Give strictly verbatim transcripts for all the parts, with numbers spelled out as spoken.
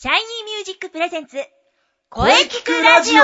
シャイニーミュージックプレゼンツ声聞くラジオ。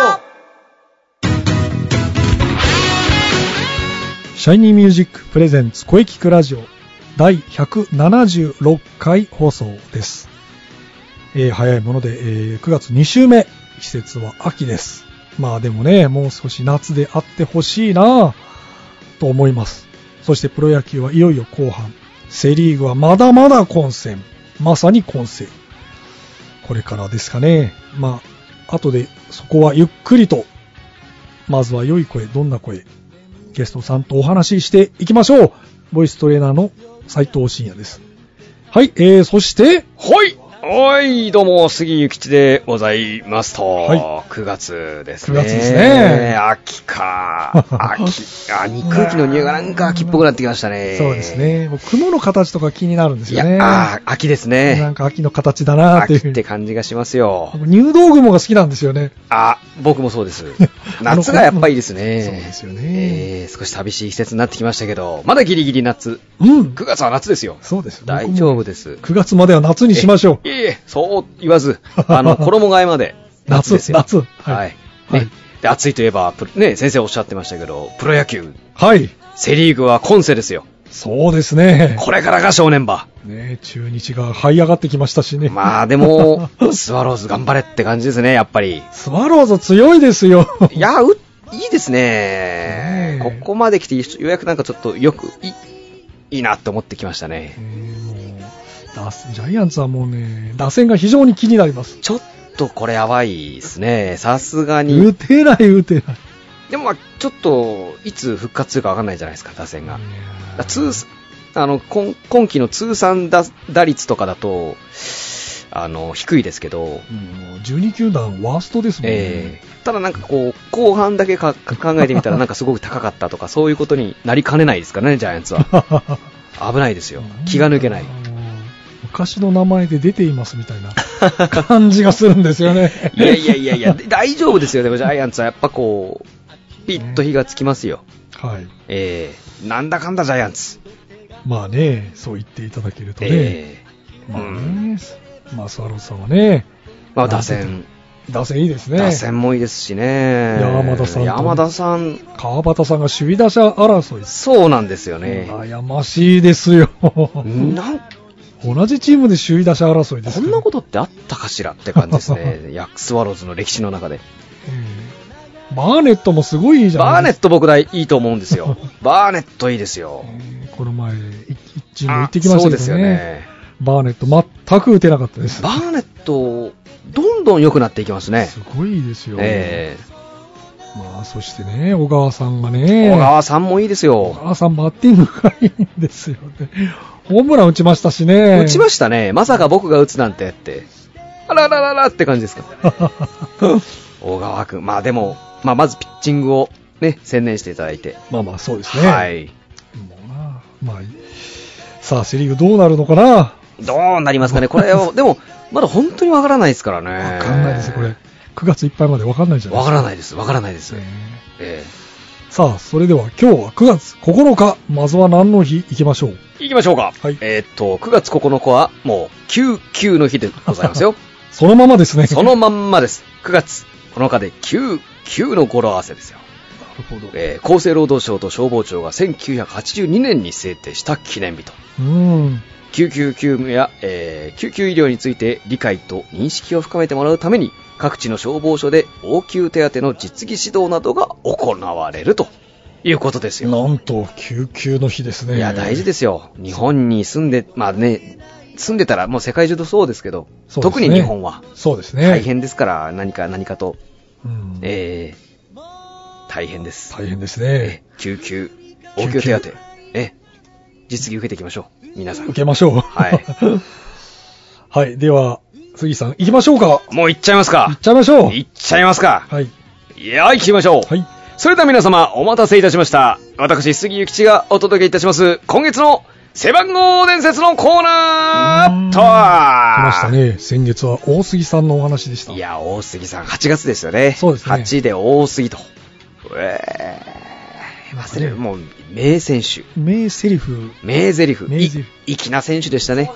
シャイニーミュージックプレゼンツ声聞くラジオだいひゃくななじゅうろっかい放送です。えー、早いもので、えー、くがつに週目、季節は秋です。まあでもね、もう少し夏であってほしいなと思います。そしてプロ野球はいよいよ後半、セリーグはまだまだ混戦、まさに混戦。これからですかね。まあ後でそこはゆっくりと、まずは良い声、どんな声、ゲストさんとお話ししていきましょう。ボイストレーナーの斉藤慎也です。はい、えー、そしてはいはい、どうも杉ゆきちでございますと、はい、くがつですね。 くがつですね。 秋か秋あに空気の匂いがなんか秋っぽくなってきましたね。 そうですね。もう雲の形とか気になるんですよね。 いや、あ秋ですね。 なんか秋の形だなっていう。 秋って感じがしますよ。 入道雲が好きなんですよね。 あ、僕もそうです。夏がやっぱりいいですね。 そうですよね。 えー、少し寂しい季節になってきましたけど、まだギリギリ夏。 うん。 くがつは夏ですよ。 そうです。 大丈夫です。 くがつまでは夏にしましょう。 いえいえ、そう言わず、あの、衣替えまで夏ですよ。 夏、夏。 はい。はい。ね、はい、で、暑いといえば、ね、先生おっしゃってましたけど、プロ野球。 はい。 セリーグは今世ですよ。 そうですね。 これからが正念場。 ね、中日が這い上がってきましたしね。 まあでも、スワローズ頑張れって感じですね、やっぱり。 スワローズ強いですよ。 いや、う、いいですね。ここまで来て、ようやくなんかちょっとよく、いい、いいなって思ってきましたね。 ジャイアンツはもうね、打線が非常に気になります。 ちょっとこれやばいですね。さすがに。 打てない打てない。 でもまあちょっといつ復活するか分かんないじゃないですか、打線が。通あの 今, 今期の通算 打, 打率とかだとあの低いですけど、 うん、じゅうに球団ワーストですもんね。 えー、ただなんかこう後半だけか考えてみたらなんかすごく高かったとかそういうことになりかねないですからね、ジャイアンツは。危ないですよ。気が抜けない。 昔の名前で出ていますみたいな感じがするんですよね。 いやいやいやいや、大丈夫ですよ。でもジャイアンツはやっぱこうピッと火がつきますよ。 はい。 えー、なんだかんだジャイアンツ。 まあね、そう言っていただけるとね。 えー、 まあね、うん、まあスワローズさんはね、 まあ打線、 打線いいですね。 打線もいいですしね。 山田さん、 山田さん、 川端さんが首位打者争い。 そうなんですよね。 悩ましいですよ。 なん同じチームで首位打者争いです。 こんなことってあったかしらって感じですね。ヤクスワローズの歴史の中で。 うん、バーネットもすごいいいじゃないですか。 バーネット僕大いいと思うんですよ。バーネットいいですよ。 えー、この前一チーム行ってきましたけどね。そうですよね。バーネット全く打てなかったです。 バーネットどんどん良くなっていきますね。 すごいですよ。 えー、まあそしてね、小川さんがね。 小川さんもいいですよ。 小川さんバッティングがいいんですよね。ホームラン打ちましたしね。 打ちましたね。まさか僕が打つなんてって。あららららって感じですか。小川君。まあでも、まあまずピッチングをね、専念していただいて。 まあまあそうですね。 はい。 もうな、まあ、さあセリーグどうなるのかな。 どうなりますかね。これを、でも、まだ本当にわからないですからね。 わかんないですよ、これ。くがついっぱいまでわかんないじゃないですか。 わからないです。わからないです。えーえーさあ、それでは今日はくがつここのか、まずは何の日行きましょう。 行きましょうか。はい。えー、っと、くがつここのかはもうきゅうきゅうの日でございますよ。 そのままですね。 そのまんまです。くがつここのかできゅうきゅうの語呂合わせですよ。 なるほど。 えー、厚生労働省と消防庁がせんきゅうひゃくはちじゅうにねんに制定した記念日と。 うーん。 救急救務や、えー、救急医療について理解と認識を深めてもらうために、各地の消防署で応急手当の実技指導などが行われるということですよ。 なんと救急の日ですね。 いや大事ですよ。日本に住んで、まあね、住んでたらもう世界中とそうですけど、そうですね、特に日本はそうですね。 大変ですから、何か何かと、 うん、 えー、大変です。 大変ですね。 救急応急手当、え実技受けていきましょう。皆さん受けましょう。 はいはい。では杉さん行きましょうか。 もう行っちゃいますか。 行っちゃいましょう。 行っちゃいますか。 はい。 いやー行きましょう。 はい。 それでは皆様お待たせいたしました。私杉ゆきちがお届けいたします今月の背番号伝説のコーナーとは来ましたね。先月は大杉さんのお話でした。 いや大杉さんはちがつですよね。 そうですね。 はちで大杉と。えー、忘れる、もう名選手、 名セリフ、 名ゼリフ、 名ゼリフ、 粋な選手でしたね。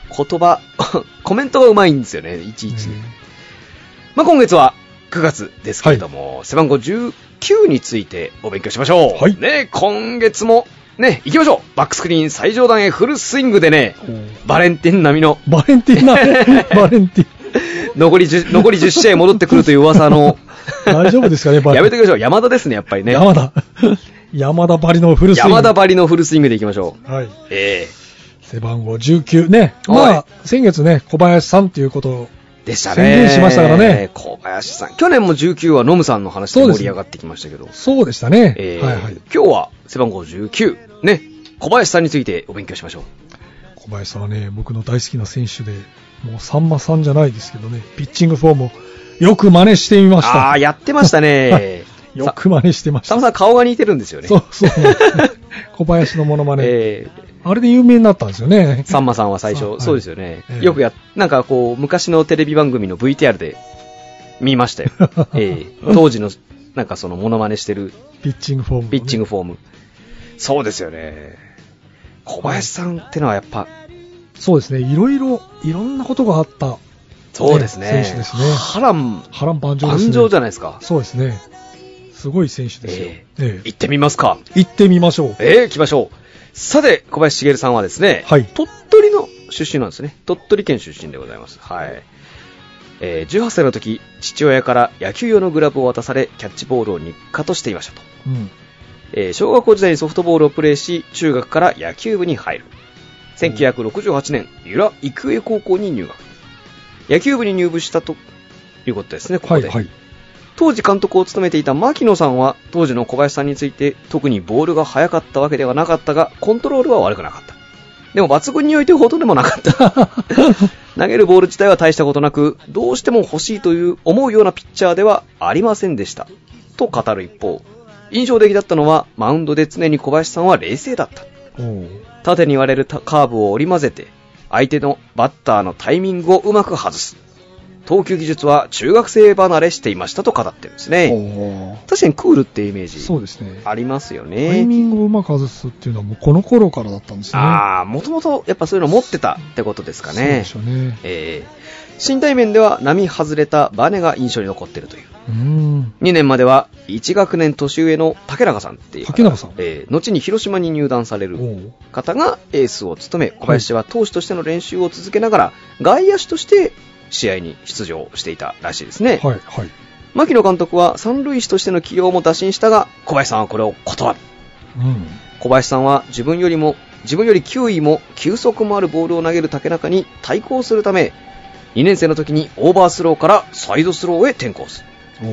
言葉、コメントがうまいんですよね、いちいち。 ねまあ、今月はくがつですけれども、はい、背番号じゅうきゅうについてお勉強しましょう。 はい。 ね、今月も、ね、行きましょう。バックスクリーン最上段へフルスイングでね、バレンティン並みの。 バレンティン並みバレンティン。 残りじゅう、残りじゅっ試合戻ってくるという噂の。 大丈夫ですかね、バレンティン。 やめてください。山田ですね、やっぱりね。 山田。山田ばりのフルスイング。 山田ばりのフルスイングでいきましょう。 はい。 ええー。背番号じゅうきゅう。ね。まあ、先月ね、小林さんということを。 でしたね。 宣言しましたからね。 小林さん。去年もじゅうきゅうはノムさんの話で盛り上がってきましたけど。 そうでしたね。 えー、 はいはい。 今日は背番号じゅうきゅう。ね。小林さんについてお勉強しましょう。 小林さんはね、僕の大好きな選手で、もうさんまさんじゃないですけどね、ピッチングフォームをよく真似してみました。 ああ、やってましたね。 よく真似してました。 さんまさん顔が似てるんですよね。 そうそう。小林のモノマネ。 えー、 あれで有名になったんですよね。 さんまさんは最初、そうですよね。 えー、 よくや、なんかこう、昔のテレビ番組の ブイティーアール で見ましたよ。えー、当時の、なんかそのモノマネしてる。 ピッチングフォーム、ね。 ピッチングフォーム。そうですよね。小林さんってのはやっぱ、 そうですね。いろいろ、いろんなことがあった。 そうですね。 選手ですね。 波乱、 波乱万丈ですね。 万丈じゃないですか。 そうですね。すごい選手ですよ。 えーえー、行ってみますか。 行ってみましょう。 ええー、行きましょう。さて、小林茂さんはですね、 はい、 鳥取の出身なんですね。鳥取県出身でございます。はい。えー、じゅうはっさいの時、父親から野球用のグラブを渡され、キャッチボールを日課としていましたと。うん。えー、小学校時代にソフトボールをプレーし、中学から野球部に入る。せんきゅうひゃくろくじゅうはちねん、由良育英高校に入学。野球部に入部したということですね、ここで。はいはい、当時監督を務めていた牧野さんは、当時の小林さんについて、特にボールが速かったわけではなかったが、コントロールは悪くなかった。でも抜群においてほどでもなかった。投げるボール自体は大したことなく、どうしても欲しいという思うようなピッチャーではありませんでした。と語る一方、印象的だったのは、マウンドで常に小林さんは冷静だった。縦に割れるカーブを織り交ぜて、相手のバッターのタイミングをうまく外す。投球技術は中学生離れしていましたと語ってるんですね。確かにクールってイメージそうですね。ありますよね。 タイミングをうまく外すっていうのはもうこの頃からだったんですね。 ああ、もともとやっぱそういうの持ってたってことですかね。そうでしょうね。 えー、身体面では並外れたバネが印象に残っているという。うーんにねんまではいち学年年上の竹中さんっていう竹中さん、 えー、後に広島に入団される方がエースを務め、小林は投手としての練習を続けながら外野手として試合に出場していたらしいですね。はいはい。牧野監督は三塁手としての起用も打診したが、小林さんはこれを断る。うん、小林さんは自分よりも自分より球威も球速もあるボールを投げる竹中に対抗するため、にねん生の時にオーバースローからサイドスローへ転向する。うん、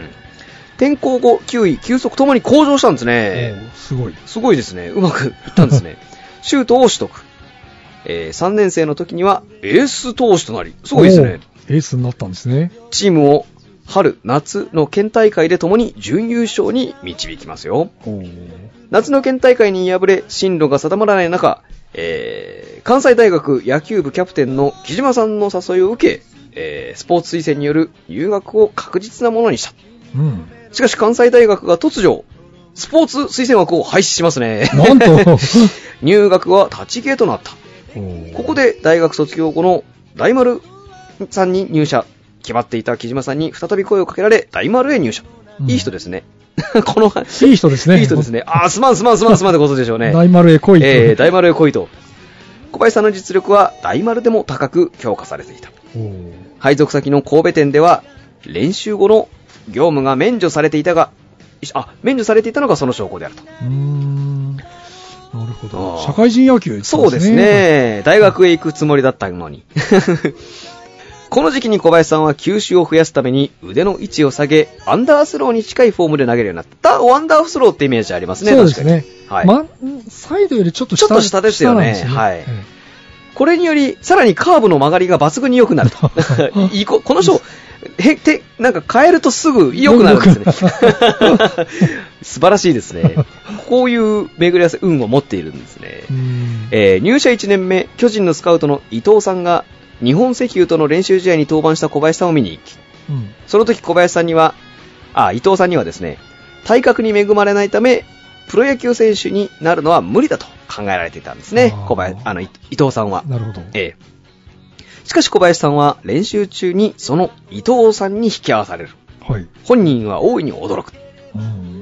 転向後、球威、球速ともに向上したんですね。 すごい。 すごいですね。うまくいったんですね。シュートを取得。えー、さんねん生の時にはエース投手となり、すごいですね。 エースになったんですね。 チームを春、夏の県大会でともに準優勝に導きますよ。夏の県大会に敗れ、進路が定まらない中、えー、関西大学野球部キャプテンの木島さんの誘いを受け、えー、スポーツ推薦による入学を確実なものにした。うん、しかし関西大学が突如、スポーツ推薦枠を廃止しますね。 なんと入学は立ち消えとなった。ここで大学卒業後の大丸さんに入社。決まっていた木島さんに再び声をかけられ、大丸へ入社。うん、いい人ですね。この、 いい人ですね。 いい人ですね。あー、すまんすまんすまんすまんってことでしょうね。 大丸へ来いと。 えー、大丸へ来いと。小林さんの実力は大丸でも高く評価されていた。配属先の神戸店では、練習後の業務が免除されていたが、あ、免除されていたのがその証拠であると。うーん、 なるほど。社会人野球ですね。 そうですね。大学へ行くつもりだったのに。この時期に小林さんは球種を増やすために腕の位置を下げ、アンダースローに近いフォームで投げるようになった。ワンダースローってイメージありますね。 そうですね。 はい。 ま、サイドよりちょっと下、 ちょっと下ですよね。 下はい。うん、これにより、さらにカーブの曲がりが抜群に良くなると。いいこの人、へてなんか変えるとすぐ良くなるんですね。素晴らしいですね。こういう巡り合わせ、運を持っているんですね。えー、入社いちねんめ、巨人のスカウトの伊藤さんが、日本石油との練習試合に登板した小林さんを見に行き、うん、その時小林さんには、あ、伊藤さんにはですね、体格に恵まれないため、プロ野球選手になるのは無理だと考えられていたんですね、小林、あの、伊藤さんは。 なるほど。 ええ。 しかし小林さんは練習中にその伊藤さんに引き合わされる。 はい。 本人は大いに驚く。 うん。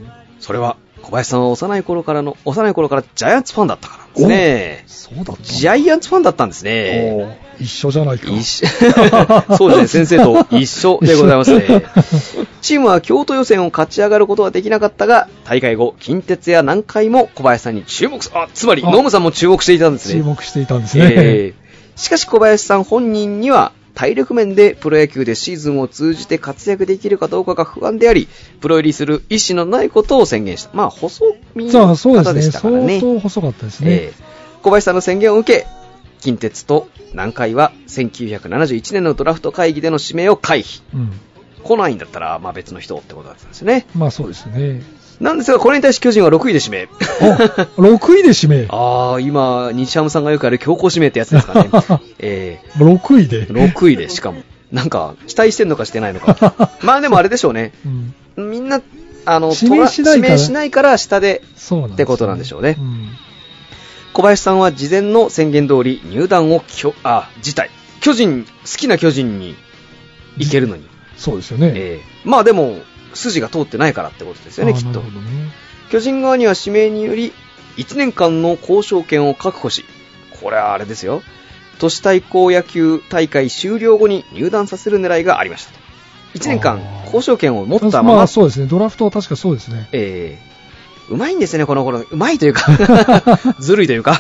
それは小林さんは幼い頃からの、幼い頃からジャイアンツファンだったからですね。 そうだった。 ジャイアンツファンだったんですね。 一緒じゃないか。 一緒。そうですね、先生と一緒でございますね。チームは京都予選を勝ち上がることはできなかったが、大会後、近鉄や南海も小林さんに注目、あ、つまり、ノムさんも注目していたんですね。 注目していたんですね。 えー、しかし小林さん本人には、体力面でプロ野球でシーズンを通じて活躍できるかどうかが不安であり、プロ入りする意思のないことを宣言した。まあ、細身の方でしたからね。 相当細かったですね。 えー、小林さんの宣言を受け、近鉄と南海はせんきゅうひゃくななじゅういちねんのドラフト会議での指名を回避。うん、来ないんだったら、まあ別の人ってことだったんですよね。 まあそうですね。 なんですが、これに対し巨人はろくいで指名。 ろくいで指名ああ、今、西山さんがよくある強行指名ってやつですかね。えー、ろくいで ? ろく 位で、しかも。なんか、期待してんのかしてないのか。まあでもあれでしょうね。うん、みんな、あの、 指名しないから、 指名しないから下で、ってことなんでしょうね。うん、小林さんは事前の宣言通り入団をきょ、あ、辞退。巨人、好きな巨人に行けるのに。 そうですよね。 えー、まあでも、筋が通ってないからってことですよね、きっと。 なるほどね。 巨人側には指名により、いちねんかんの交渉権を確保し、これはあれですよ。都市対抗野球大会終了後に入団させる狙いがありましたと。いちねんかん交渉権を持ったまま。 まあそうですね。ドラフトは確かそうですね。 えー、うまいんですね、この頃。うまいというか、ずるいというか。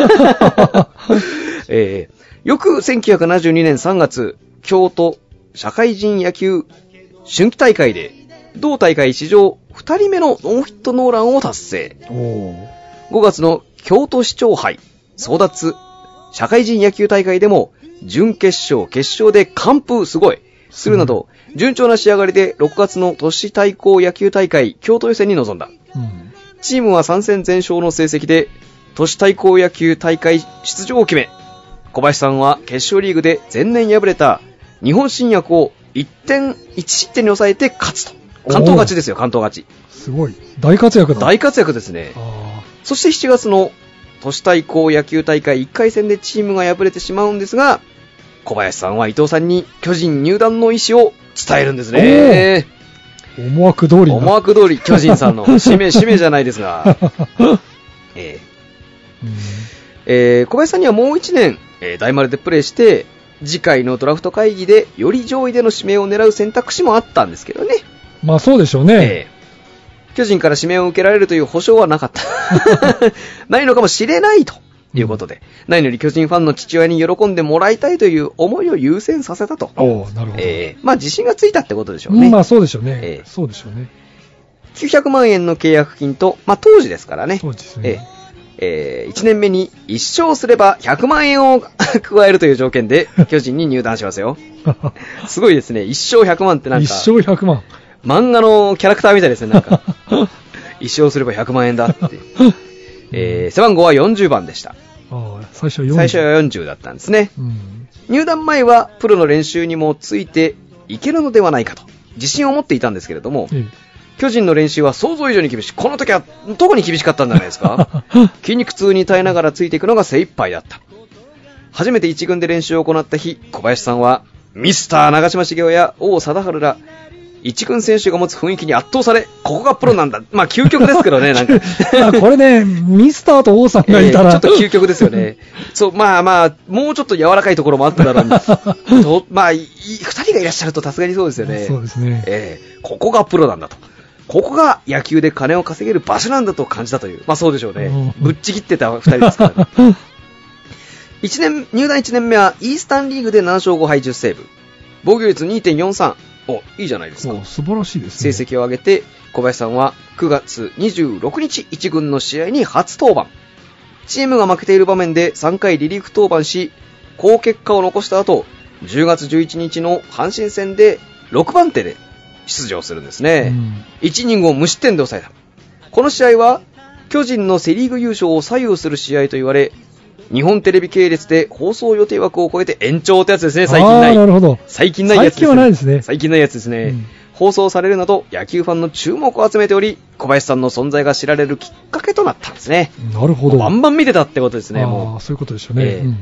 えー、翌せんきゅうひゃくななじゅうにねんさんがつ、京都社会人野球春季大会で、同大会史上ふたりめのノーヒットノーランを達成。ごがつの京都市長杯争奪社会人野球大会でも準決勝、決勝で完封すごいするなど、順調な仕上がりでろくがつの都市対抗野球大会京都予選に臨んだ。うん、チームはさんせんぜん勝の成績で都市対抗野球大会出場を決め、小林さんは決勝リーグで前年敗れた日本新薬をいってん、いち失点に抑えて勝つと。関東勝ちですよ、関東勝ち。 すごい。大活躍だ。 大活躍ですね。そしてしちがつの都市対抗野球大会いっかい戦でチームが敗れてしまうんですが、小林さんは伊藤さんに巨人入団の意思を伝えるんですね。 思惑通り。 思惑通り、巨人さんの指名、指名じゃないですが。えーえー、小林さんにはもういちねん、えー、大丸でプレーして、次回のドラフト会議でより上位での指名を狙う選択肢もあったんですけどね。 まあそうでしょうね。えー、巨人から指名を受けられるという保証はなかった。ないのかもしれないということで、うん、ないのに巨人ファンの父親に喜んでもらいたいという思いを優先させたと。 おー、なるほど。 えー、まあ自信がついたってことでしょうね。 うん、まあそうでしょうね。えー、そうでしょうね。 きゅうひゃくまんえんの契約金と、まあ当時ですからね。 そうですね。 えーえー、いちねんめにいっ勝すればひゃくまんえんを加えるという条件で巨人に入団しますよ。すごいですね。いっ勝ひゃくまんってなんか。 いっ勝ひゃくまん。 漫画のキャラクターみたいですね、なんか。いっ勝すればひゃくまんえんだって。えー、背番号はよんじゅうばんでした。 ああ、最初はよんじゅう。 最初はよんじゅうだったんですね。うん、入団前はプロの練習にもついていけるのではないかと自信を持っていたんですけれども、うん、巨人の練習は想像以上に厳しい。この時は特に厳しかったんじゃないですか。筋肉痛に耐えながらついていくのが精一杯だった。初めて一軍で練習を行った日、小林さんはミスター長嶋茂雄や王貞治ら一軍選手が持つ雰囲気に圧倒され、ここがプロなんだ。まあ究極ですけどね、なんかこれね、ミスターと王さんがいたら、 えー、ちょっと究極ですよね。そう、まあまあ、もうちょっと柔らかいところもあったら、まあ、二人がいらっしゃるとさすがにそうですよね。 そうですね。 えー、ここがプロなんだと。ここが野球で金を稼げる場所なんだと感じたという。まあそうでしょうね。ぶっちぎってた二人ですから、ね。一年、入団いちねんめはイースタンリーグでなな勝ご敗じゅうセーブ。防御率 にてんよんさん。お、いいじゃないですか。 素晴らしいですね。 成績を上げて、小林さんはくがつにじゅうろくにち一軍の試合に初登板。チームが負けている場面でさんかいリリーフ登板し、好結果を残した後、じゅうがつじゅういちにちの阪神戦でろくばん手で出場するんですね。うん、いちイニングを無失点で抑えた。この試合は、巨人のセリーグ優勝を左右する試合と言われ、日本テレビ系列で放送予定枠を超えて延長ってやつですね、最近ない。 なるほど。 最近ないやつですね。 最近はないですね。 最近ないやつですね。うん、放送されるなど野球ファンの注目を集めており、小林さんの存在が知られるきっかけとなったんですね。 なるほど。 バンバン見てたってことですね、もう。 ああ、そういうことでしょうね。えーう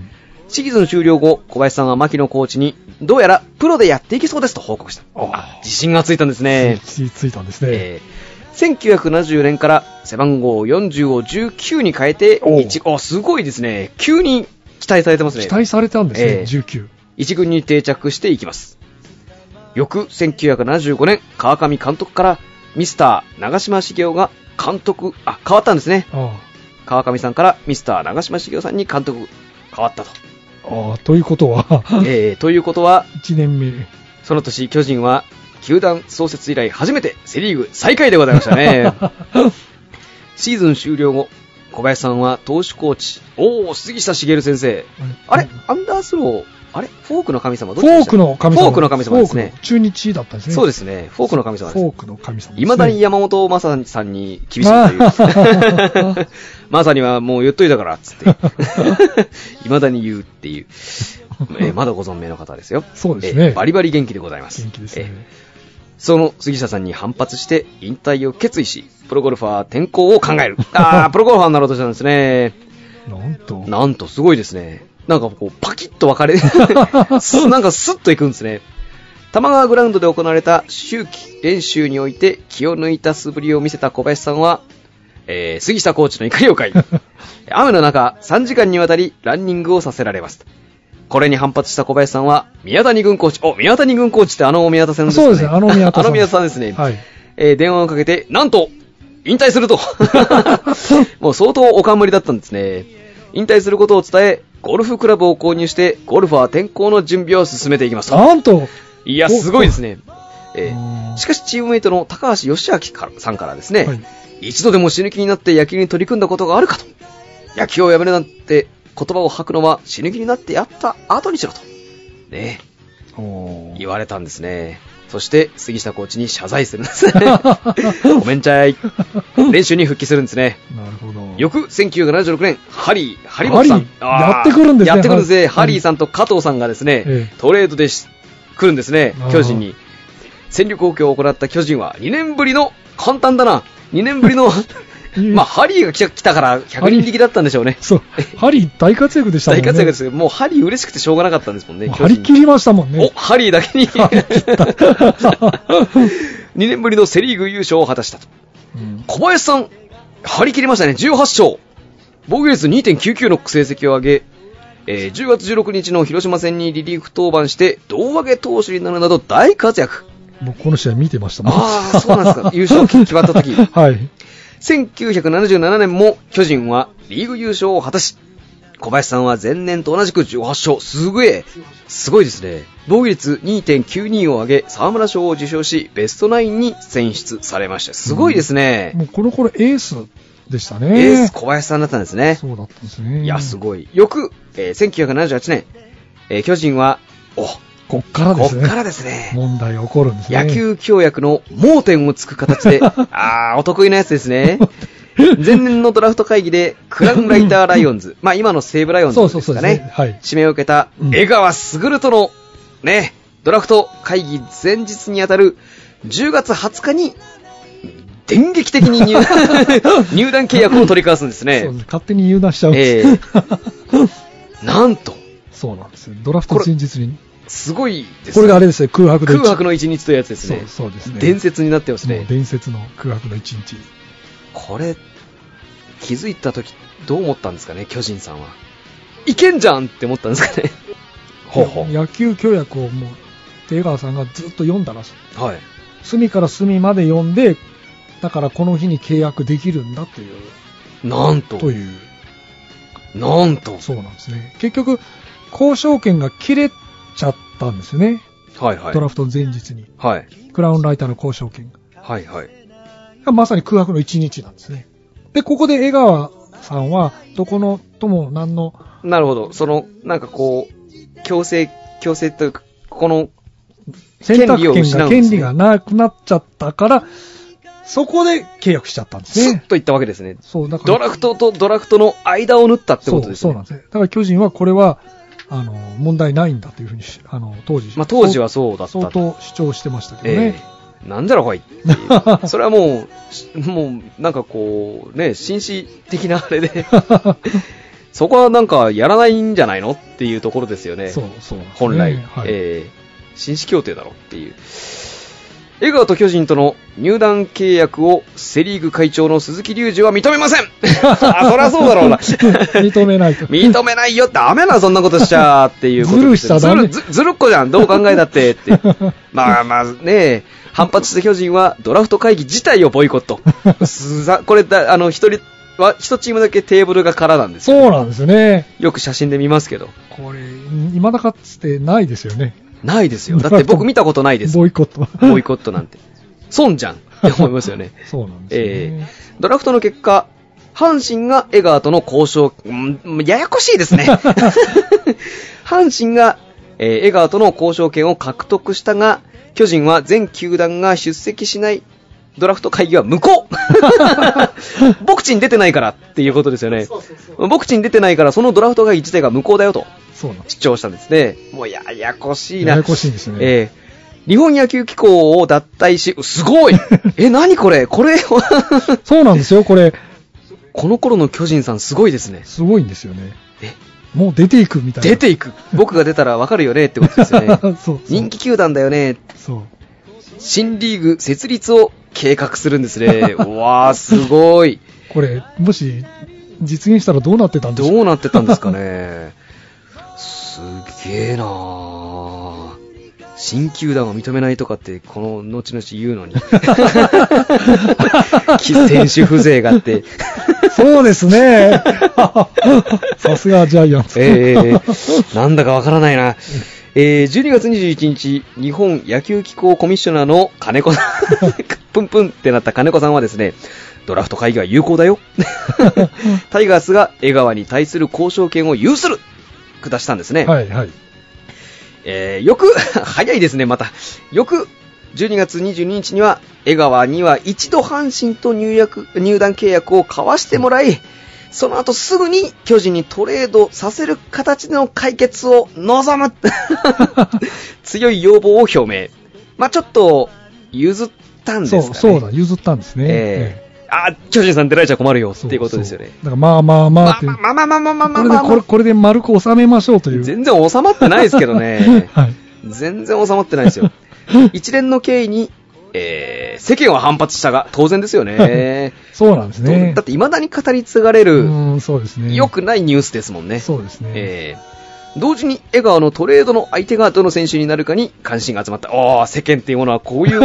シーズン終了後、小林さんは牧野コーチに、どうやらプロでやっていきそうですと報告した。あ、自信がついたんですね。 自信ついたんですね。 えー、せんきゅうひゃくななじゅうねんから背番号よんじゅうをじゅうきゅうに変えて、いち、あ、すごいですね。急に期待されてますね。 期待されたんですね、 えー、 じゅうきゅう。 一軍に定着していきます。翌せんきゅうひゃくななじゅうごねん、川上監督からミスター長嶋茂雄が監督、あ、変わったんですね。ああ、川上さんからミスター長嶋茂雄さんに監督変わったと。 ああ、ということは、 えー、ということは、 いちねんめ。 その年、巨人は、球団創設以来初めてセリーグ最下位でございましたね。シーズン終了後、小林さんは投手コーチ、おー、杉下茂先生。あれ、アンダースロー、あれフォークの神様どっちでした？ フォークの神様。 フォークの神様ですね。 中日だったんですね。 そうですね。フォークの神様です。 フォークの神様ですね。 未だに山本正さんに厳しいという。まさにはもう言っといたから、つって。未だに言うっていう。えー、まだご存命の方ですよ。 そうですね、 えー。バリバリ元気でございます。 元気ですね。えー、 その杉下さんに反発して引退を決意し、プロゴルファー転向を考える。あー、プロゴルファーになろうとしたんですね。 なんと。 なんと、すごいですね。なんかこう、パキッと分かれ、なんかスッといくんですね。玉川グラウンドで行われた秋季練習において気を抜いた素振りを見せた小林さんは、えー、杉下コーチの怒りを買い、雨の中さんじかんにわたりランニングをさせられます。これに反発した小林さんは、宮谷軍コーチ、お、宮谷軍コーチってあの宮田さんですね。 そうですね、あの宮田さん。 あの宮田さんですね。 はい。 えー、電話をかけて、なんと、引退すると。もう相当お冠だったんですね。引退することを伝え、ゴルフクラブを購入して、ゴルファー転向の準備を進めていきます。 なんと。 いや、すごいですね。えー、しかしチームメイトの高橋義明さんからですね、はい、一度でも死ぬ気になって野球に取り組んだことがあるかと。野球をやめるなんて言葉を吐くのは死ぬ気になってやった後にしろと。ね、言われたんですね。そして杉下コーチに謝罪するんですね。ごめんちゃい。練習に復帰するんですね。 なるほど。 翌せんきゅうひゃくななじゅうろくねん、ハリー、ハリモトさん。 やってくるんですね。 やってくるんですね。ハリーさんと加藤さんがですね、ええ、トレードで来るんですね、巨人に。戦力補強を行った巨人はにねんぶりの、簡単だな、にねんぶりの、まあ、ハリーが来た、来たからひゃくにん力だったんでしょうね。 そう。ハリー大活躍でしたもんね。 大活躍です。もうハリー嬉しくてしょうがなかったんですもんね。 張り切りましたもんね。 お、ハリーだけに。にねんぶりのセリーグ優勝を果たしたと。うん、小林さん、張り切りましたね。じゅうはち勝。防御率 にてんきゅうきゅう の成績を上げ、えー、じゅうがつじゅうろくにちの広島戦にリリーフ登板して、胴上げ投手になるなど大活躍。 僕この試合見てましたもん。 ああ、そうなんですか。優勝決まった時。 はい。 せんきゅうひゃくななじゅうななねんも巨人はリーグ優勝を果たし、小林さんは前年と同じくじゅうはち勝。すごい、すごいですね。防御率 にてんきゅうに を上げ、沢村賞を受賞し、ベストナインに選出されました。すごいですね。 うん、もうこの頃エースでしたね。 エース小林さんだったんですね。 そうだったんですね。 いや、すごい。翌、えー、せんきゅうひゃくななじゅうはちねん、えー、巨人は、お、 こっからですね。 こっからですね。 問題が起こるんですね。 野球協約の盲点をつく形で、あー、お得意なやつですね。前年のドラフト会議で、クラウンライターライオンズ、まあ今の西武ライオンズですかね。そうそうそうですね。はい。指名を受けた、江川卓との、ね、ドラフト会議前日にあたる、じゅうがつはつかに、電撃的に 入, 入団契約を取り交わすんですね。 そうです。勝手に入団しちゃうんです。えー、なんと。 そうなんですよ。ドラフト前日に。 すごいですね。 これがあれですね、空白の一日。 空白の一日というやつですね。 そう、そうですね。 伝説になってますね。 伝説の空白の一日。 これ、気づいたとき、どう思ったんですかね、巨人さんは。いけんじゃんって思ったんですかね。 ほうほう。野球協約をもう、江川さんがずっと読んだらしい。はい。隅から隅まで読んで、だからこの日に契約できるんだという。 なんと。 という。 なんと。 そうなんですね。結局、交渉権が切れちゃったんですよね。 はいはい。 ドラフト前日に。 はい。 クラウンライターの交渉権が。 はいはい。 まさに空白の一日なんですね。で、ここで江川さんは、どこのとも何の。 なるほど。その、なんかこう、強制、強制というか、この、 選択権が、権利がなくなっちゃったから、そこで契約しちゃったんですね。 スッといったわけですね。 そう、だから。 ドラフトとドラフトの間を縫ったってことですね。 そう、そうなんですね。だから巨人はこれは、あの、問題ないんだというふうに、あの、当時。 まあ当時はそうだった。 相当主張してましたけどね。 えー、なんじゃろこいっていう。それはもう、もう、なんかこう、ね、紳士的なあれで。 そこはなんかやらないんじゃないのっていうところですよね。 そう、そうなんですね。 本来、 はい、 えー、紳士協定だろっていう。江川と巨人との入団契約をセリーグ会長の鈴木隆二は認めませんあ、そりゃそうだろうな。 認めないと。 認めないよって、ダメな、そんなことしちゃーっていうことずるしちゃダメ。 ずる、ずるっこじゃん、どう考えたってって。まあまあね、反発した巨人はドラフト会議自体をボイコット。これだ、あの、一人は、一チームだけテーブルが空なんですよ。 そうなんですよね。 よく写真で見ますけど。 これ、今だかつてないですよね。 ないですよ。だって僕見たことないです。 ボイコット。 ボイコットなんて。損じゃんって思いますよね。 そうなんですね、 えー。ドラフトの結果、阪神が江川との交渉、んややこしいですね。阪神が、えー、江川との交渉権を獲得したが、巨人は全球団が出席しないドラフト会議は無効僕ちん出てないからっていうことですよね。そうそうそう、僕ちん出てないからそのドラフト会議自体が無効だよと主張したんですね。もうややこしいな。 ややこしいんですね。 えー、日本野球機構を脱退し、すごいえ、何これこれそうなんですよ、これ。 この頃の巨人さんすごいですね。 すごいんですよね。 えもう出ていくみたいな。 出ていく。僕が出たらわかるよねってことですよね。 そうそう、 人気球団だよね。 そう。 新リーグ設立を計画するんですね。うわー、すごい。 これ、もし実現したらどうなってたんでしょう。 どうなってたんですかね。すげーなー。新球団を認めないとかってこの後々言うのに選手風情があってそうですねさすがジャイアンツ、 えー、なんだかわからないな、えー、じゅうにがつにじゅういちにち日本野球機構コミッショナーの金子さんプンプンってなった金子さんはですね、ドラフト会議は有効だよタイガースが江川に対する交渉権を有する下したんですね。 はいはい。 えー、よく早いですね。またよくじゅうにがつにじゅうににちには江川には一度阪神と入約入団契約を交わしてもらい、その後すぐに巨人にトレードさせる形での解決を望む強い要望を表明。まあちょっと譲ったんですかね。 そうそうだ、譲ったんですね。 えーあ、巨人さん出られちゃ困るよっていうことですよね。 そうそう、だからまあまあまあって、 まあまあまあまあまあまあまあ、まあ、 これでこれこれで丸く収めましょうという。 全然収まってないですけどね。 はい。 全然収まってないですよ。一連の経緯に、えー、世間は反発したが当然ですよね。 そうなんですね。 だって未だに語り継がれる、 うん、そうですね。 良くないニュースですもんね。 そうですね。 えー同時に江川のトレードの相手がどの選手になるかに関心が集まった。ああ、世間っていうものはこういう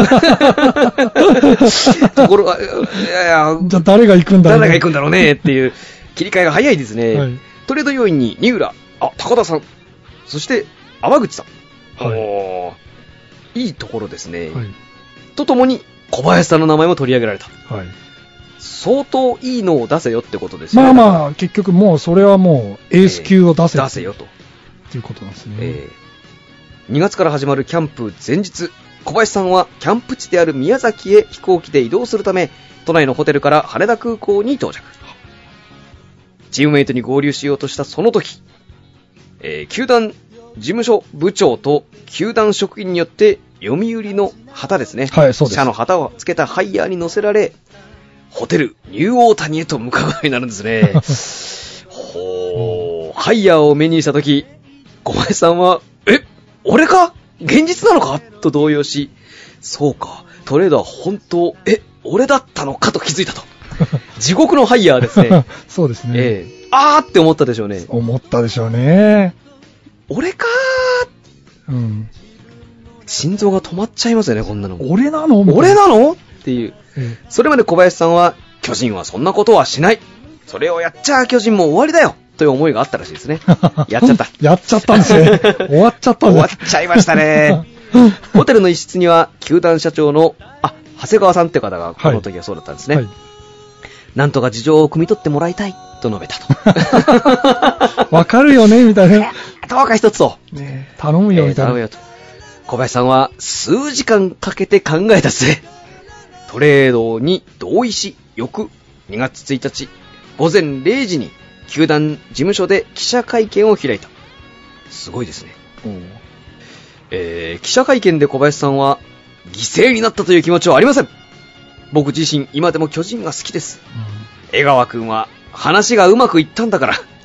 ところが、いやいや、 じゃあ誰が行くんだろうね。 誰が行くんだろうねっていう切り替えが早いですね。 はい、 トレード要員に二浦、あ、高田さん、そして粟口さん。 はい、 おいいところですね。 はい、 とともに小林さんの名前も取り上げられた。 はい、 相当いいのを出せよってことですよね。 まあまあ、結局もうそれはもうエース級を出せ、 えー、出せよと。 ということなんですね。 えー、にがつから始まるキャンプ前日、小林さんはキャンプ地である宮崎へ飛行機で移動するため、都内のホテルから羽田空港に到着。チームメイトに合流しようとしたその時、えー、球団事務所部長と球団職員によって読売の旗ですね、 はい、そうです。 社の旗をつけたハイヤーに乗せられ、ホテルニューオータニへと向かうことになるんですね。ほー、ハイヤーを目にした時、小林さんは、え、俺か？現実なのか？と動揺し、そうか、トレードは本当、え、俺だったのかと気づいたと。地獄のハイヤーですね。 そうですね。 えー、あーって思ったでしょうね。 思ったでしょうね。 俺かー。うん。 心臓が止まっちゃいますよね、こんなの。 俺なの？ 俺なのっていう、 ええ。 それまで小林さんは、巨人はそんなことはしない。それをやっちゃ巨人も終わりだよ。という思いがあったらしいですね。やっちゃった。 やっちゃったんですね。終わっちゃったんです。 終わっちゃいましたね。ホテルの一室には、球団社長の、あ、長谷川さんって方がこの時はそうだったんですね。はいはい、なんとか事情を汲み取ってもらいたいと述べたと。 わかるよねみたいな。 どうか一つを、 ね、頼むよみたいな、えー、頼むよと。 小林さんは数時間かけて考えた末、トレードに同意し、翌にがつついたちごぜんれいじに球団事務所で記者会見を開いた。すごいですね。えー、記者会見で小林さんは、犠牲になったという気持ちはありません。僕自身今でも巨人が好きです。うん、江川くんは話がうまくいったんだから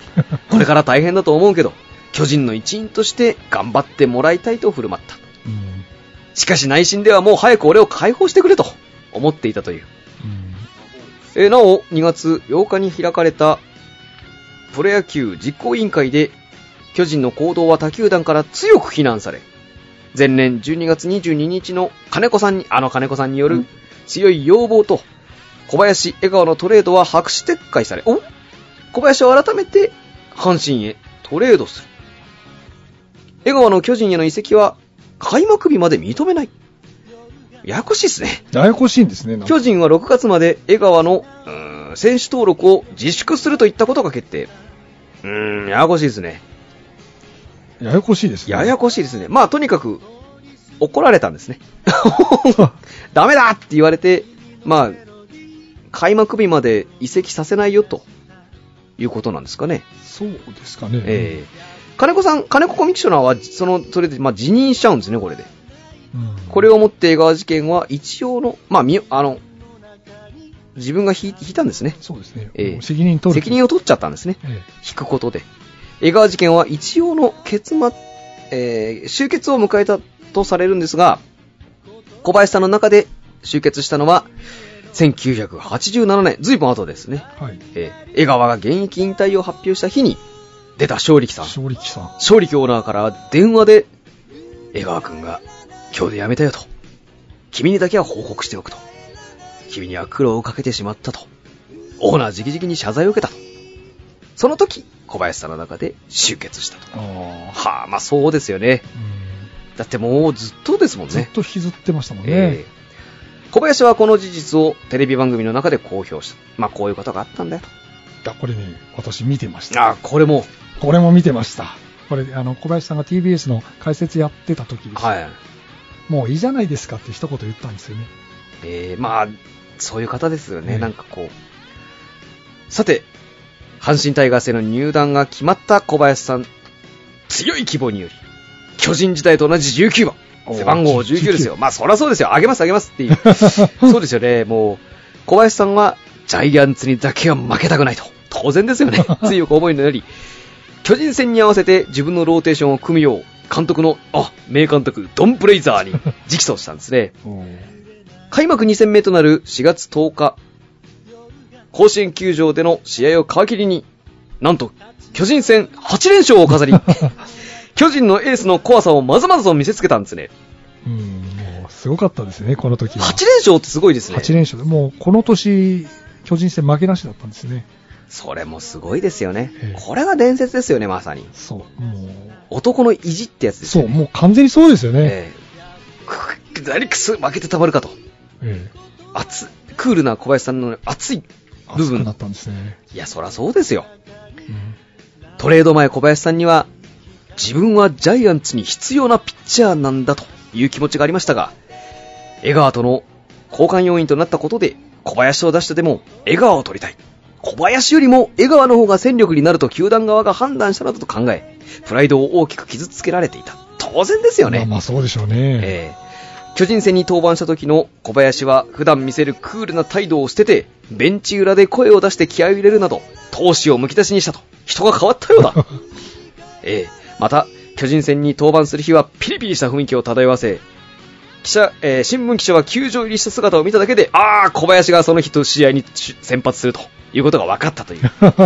これから大変だと思うけど、巨人の一員として頑張ってもらいたいと振る舞った。 うん、 しかし内心ではもう早く俺を解放してくれと思っていたという。うん、えなお、にがつようかに開かれたプロ野球実行委員会で、巨人の行動は他球団から強く非難され、前年じゅうにがつにじゅうににちの金子さんに、あの金子さんによる強い要望と、小林江川のトレードは白紙撤回され、お小林を改めて阪神へトレードする。江川の巨人への移籍は開幕日まで認めない。ややこしいですね。 ややこしいんですね。 巨人はろくがつまで江川のうーん選手登録を自粛するといったことが決定。うーん、ややこしいですね。 ややこしいですね。 ややこしいですね。まあとにかく怒られたんですね。ダメだって言われて、まあ開幕日まで移籍させないよということなんですかね。 そうですかね。 えー、金子さん、金子コミッショナーはそのそれでまあ辞任しちゃうんですね、これで。うん、これをもって江川事件は一応のまあみあの自分が引い、引いたんですね。 そうですね。 えー、 責任取る。 責任を取っちゃったんですね。えー、引くことで。江川事件は一応の結末、えー、終結を迎えたとされるんですが、小林さんの中で終結したのはせんきゅうひゃくはちじゅうななねん、ずいぶん後ですね。はい。えー、江川が現役引退を発表した日に出た正力さん。 正力さん。 正力オーナーから電話で、江川くんが今日で辞めたよと。君にだけは報告しておくと。君には苦労をかけてしまったと。オーナー直々に謝罪を受けたと。その時、小林さんの中で終結したと。はあ、まあそうですよね。うん、だってもうずっとですもんね。 ずっと引きずってましたもんね。 えー、小林はこの事実をテレビ番組の中で公表した。まあこういうことがあったんだよと。 いや、これね、私見てました。 あ、これも。 これも見てました。これ、あの、小林さんが ティービーエス の解説やってた時です。はい。もういいじゃないですかって一言言ったんですよね。 えー、まあ、そういう方ですよね。えー、なんかこう。さて、阪神タイガースへの入団が決まった小林さん。強い希望により、巨人時代と同じじゅうきゅうばん。背番号じゅうきゅうですよ。まあ、そりゃそうですよ。あげますあげますっていう。そうですよね。もう、小林さんはジャイアンツにだけは負けたくないと。当然ですよね。強く思いになり、巨人戦に合わせて自分のローテーションを組むよう、監督の、あ、名監督、ドン・ブレイザーに直訴したんですね。開幕に戦目となるしがつとおか、甲子園球場での試合を皮切りに、なんと、巨人戦はちれんしょうを飾り、巨人のエースの怖さをまざまざと見せつけたんですね。 うん、もうすごかったですね、この時は。 はちれんしょうってすごいですね。 はちれんしょうで、もうこの年、巨人戦負けなしだったんですね。 それもすごいですよね。えー、これが伝説ですよね、まさに。 そう。もう男の意地ってやつですよね。 そう、もう完全にそうですよね。えー、ダリクス負けてたまるかと。えー、熱クールな小林さんの熱い部分。 熱くなったんですね。 いや、そらそうですよ。うん、トレード前小林さんには、自分はジャイアンツに必要なピッチャーなんだという気持ちがありましたが、江川との交換要員となったことで、小林を出してでも江川を取りたい。小林よりも江川の方が戦力になると球団側が判断したなどと考え、プライドを大きく傷つけられていた。当然ですよね。 まあ、まあそうでしょうね。 えー、巨人戦に登板した時の小林は普段見せるクールな態度を捨てて、ベンチ裏で声を出して気合を入れるなど、闘志をむき出しにしたと。人が変わったようだ。えー、また、巨人戦に登板する日はピリピリした雰囲気を漂わせ、記者、えー、新聞記者は球場入りした姿を見ただけで、ああ、小林がその日と試合に先発するということが分かったという。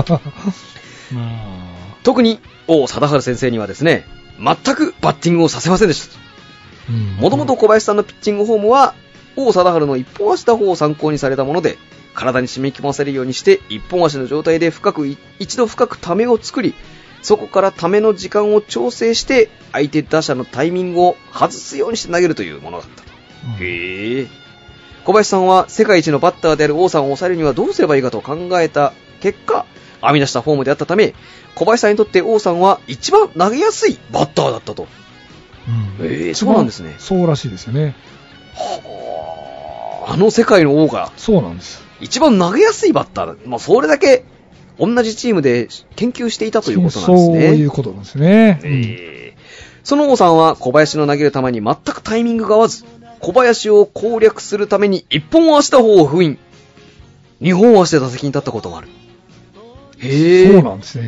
特に王貞治先生にはですね、全くバッティングをさせませんでした。もともと小林さんのピッチングフォームは王貞治の一本足打法を参考にされたもので、体に染み込ませるようにして一本足の状態で深く一度深くためを作り、そこからための時間を調整して相手打者のタイミングを外すようにして投げるというものだったと。うん、へえ。小林さんは世界一のバッターである王さんを抑えるにはどうすればいいかと考えた結果、編み出したフォームであったため、小林さんにとって王さんは一番投げやすいバッターだったと。うん、ええ、そうなんですね。 そうらしいですよね。 はあ、あの世界の王がそうなんです。 一番投げやすいバッターだ。まあ、それだけ同じチームで研究していたということなんですね。 そういうことなんですね。 えー、その王さんは小林の投げる球に全くタイミングが合わず、小林を攻略するために一本足打法を封印。二本足で打席に立ったこともある。へー。 そうなんですね。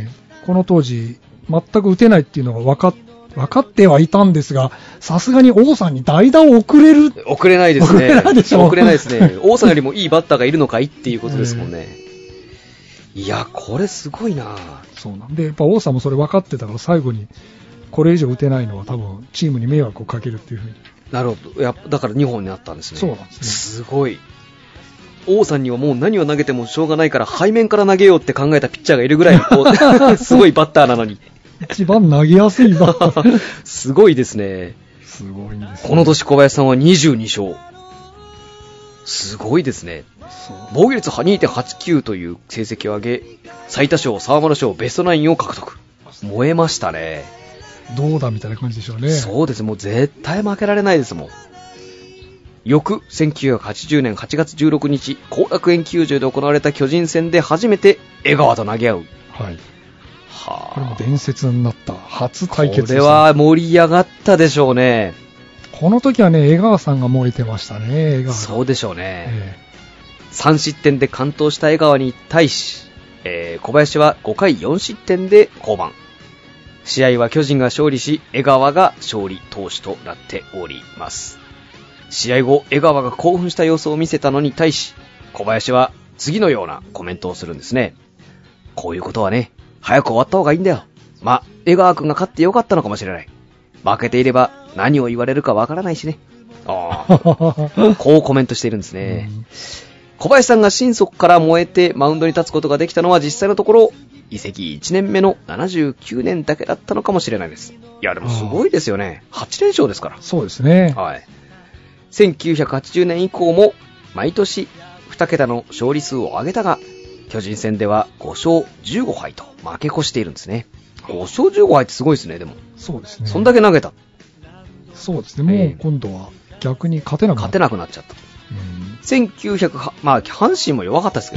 この当時、全く打てないっていうのが分かっ分かってはいたんですが、さすがに王さんに代打を送れる。 送れないですね。 送れないでしょ。 送れないですね。王さんよりもいいバッターがいるのかいっていうことですもんね。えー、いや、これすごいな。 そうなんで、やっぱ王さんもそれ分かってたから、最後にこれ以上打てないのは多分チームに迷惑をかけるっていうふうに。 なるほど。やだからにほんになったんですね。 そうなんですね。 すごい。王さんにはもう何を投げてもしょうがないから背面から投げようって考えたピッチャーがいるぐらいこうすごいバッターなのに。 一番投げやすいバッター。 すごいですね。 すごいんですね。 この年小林さんはにじゅうにしょう。すごいですね。防御率 にてんはちきゅう という成績を上げ、最多勝、沢村賞、ベストナインを獲得。燃えましたね。 どうだみたいな感じでしょうね。 そうです。もう絶対負けられないですもん。翌せんきゅうひゃくはちじゅうねんはちがつじゅうろくにち、後楽園球場で行われた巨人戦で初めて江川と投げ合う。 はい。 はあ、 これも伝説になった初対決です、ね。 これは盛り上がったでしょうね。 この時はね、江川さんが燃えてましたね、江川。 そうでしょうね。 えー、さんしってんで完投した江川に対し、えー、小林はごかいよんしってんで降板。試合は巨人が勝利し、江川が勝利投手となっております。試合後、江川が興奮した様子を見せたのに対し、小林は次のようなコメントをするんですね。こういうことはね、早く終わった方がいいんだよ。ま、江川くんが勝ってよかったのかもしれない。負けていれば何を言われるかわからないしね。あこうコメントしているんですね。小林さんが心底から燃えてマウンドに立つことができたのは実際のところ、移籍いちねんめのななじゅうきゅうねんだけだったのかもしれないです。いやでもすごいですよね。はちれんしょうですから。 そうですね。 はい。せんきゅうひゃくはちじゅうねん以降も毎年にけたの勝利数を上げたが、巨人戦ではごしょうじゅうごはいと負け越しているんですね。ごしょうじゅうごはいってすごいですね、でも。 そうですね。 そんだけ投げた。 そうですね。もう今度は逆に勝てなくなっ勝てなくなっちゃった。 うん、 せんきゅうひゃく、まあ、阪神も弱かったですけ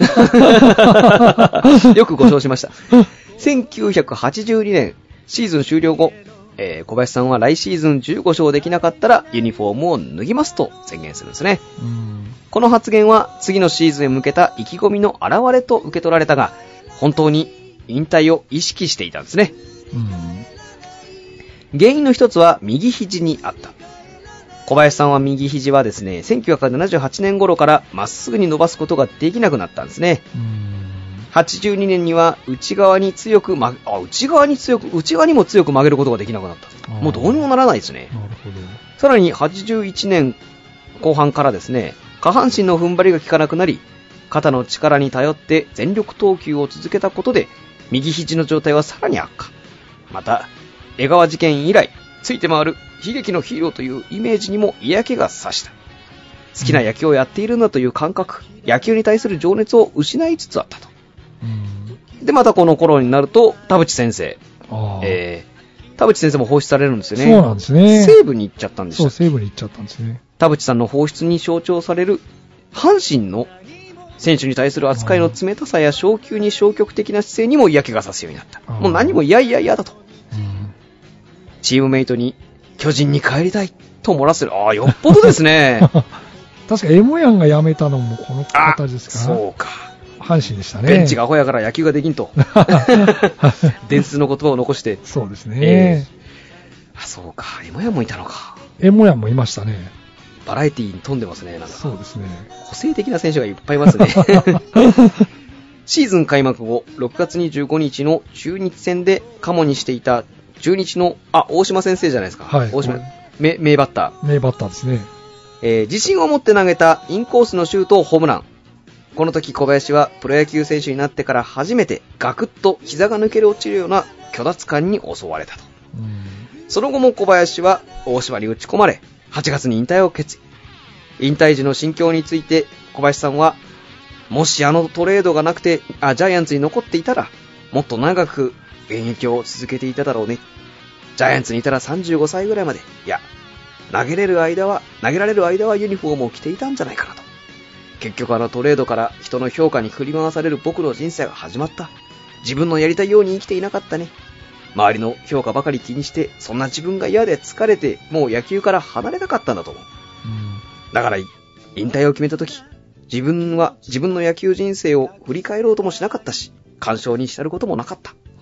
ど。よくご承知しました。せんきゅうひゃくはちじゅうにねんシーズン終了後、えー、小林さんは来シーズンじゅうごしょうできなかったらユニフォームを脱ぎますと宣言するんですね。うん、この発言は次のシーズンへ向けた意気込みの表れと受け取られたが、本当に引退を意識していたんですね。うん、原因の一つは右肘にあった。小林さんは右肘はですね、せんきゅうひゃくななじゅうはちねん頃からまっすぐに伸ばすことができなくなったんですね。うーん、はちじゅうにねんには内側に強く曲げ、あ、内側に強く、内側にも強く曲げることができなくなった。もうどうにもならないですね。なるほど。さらにはちじゅういちねんこう半からですね、下半身の踏ん張りが効かなくなり、肩の力に頼って全力投球を続けたことで、右肘の状態はさらに悪化。また、江川事件以来、ついて回る悲劇のヒーローというイメージにも嫌気がさした。好きな野球をやっているんだという感覚、野球に対する情熱を失いつつあったと。うん、で、またこの頃になると、田淵先生。えー、田淵先生も放出されるんですよね。 そうなんですね。 西武に行っちゃったんですよ。 そう、西武に行っちゃったんですね。 田淵さんの放出に象徴される、阪神の選手に対する扱いの冷たさや昇級に消極的な姿勢にも嫌気がさすようになった。もう何も嫌々嫌だと。チームメイトに巨人に帰りたいと漏らせる。ああ、よっぽどですね。 確かエモヤンが辞めたのもこの形ですかね。 そうか。 阪神でしたね。 ベンチがアホやから野球ができんと。伝説の言葉を残して。 そうですね。えー、あ、そうか。エモヤンもいたのか。 エモヤンもいましたね。 バラエティーに富んでますね。なんかそうですね。 個性的な選手がいっぱいいますね。シーズン開幕後、ろくがつにじゅうごにちの中日戦でカモにしていた中日の、あ、大島先生じゃないですか。はい。大島、名、名バッター。名バッターですね。 えー、自信を持って投げたインコースのシュートをホームラン。この時小林はプロ野球選手になってから初めてガクッと膝が抜ける落ちるような虚脱感に襲われたと。うん、その後も小林は大島に打ち込まれ、はちがつに引退を決意。引退時の心境について小林さんは、もしあのトレードがなくて、あ、ジャイアンツに残っていたら、もっと長く現役を続けていただろうね。ジャイアンツにいたらさんじゅうごさいぐらいまで、いや、投げれる間は、投げられる間はユニフォームを着ていたんじゃないかなと。結局あのトレードから人の評価に振り回される僕の人生が始まった。自分のやりたいように生きていなかったね。周りの評価ばかり気にして、そんな自分が嫌で疲れて、もう野球から離れたかったんだと思う。うん、だから、引退を決めたとき、自分は自分の野球人生を振り返ろうともしなかったし、感傷に浸ることもなかった。うん、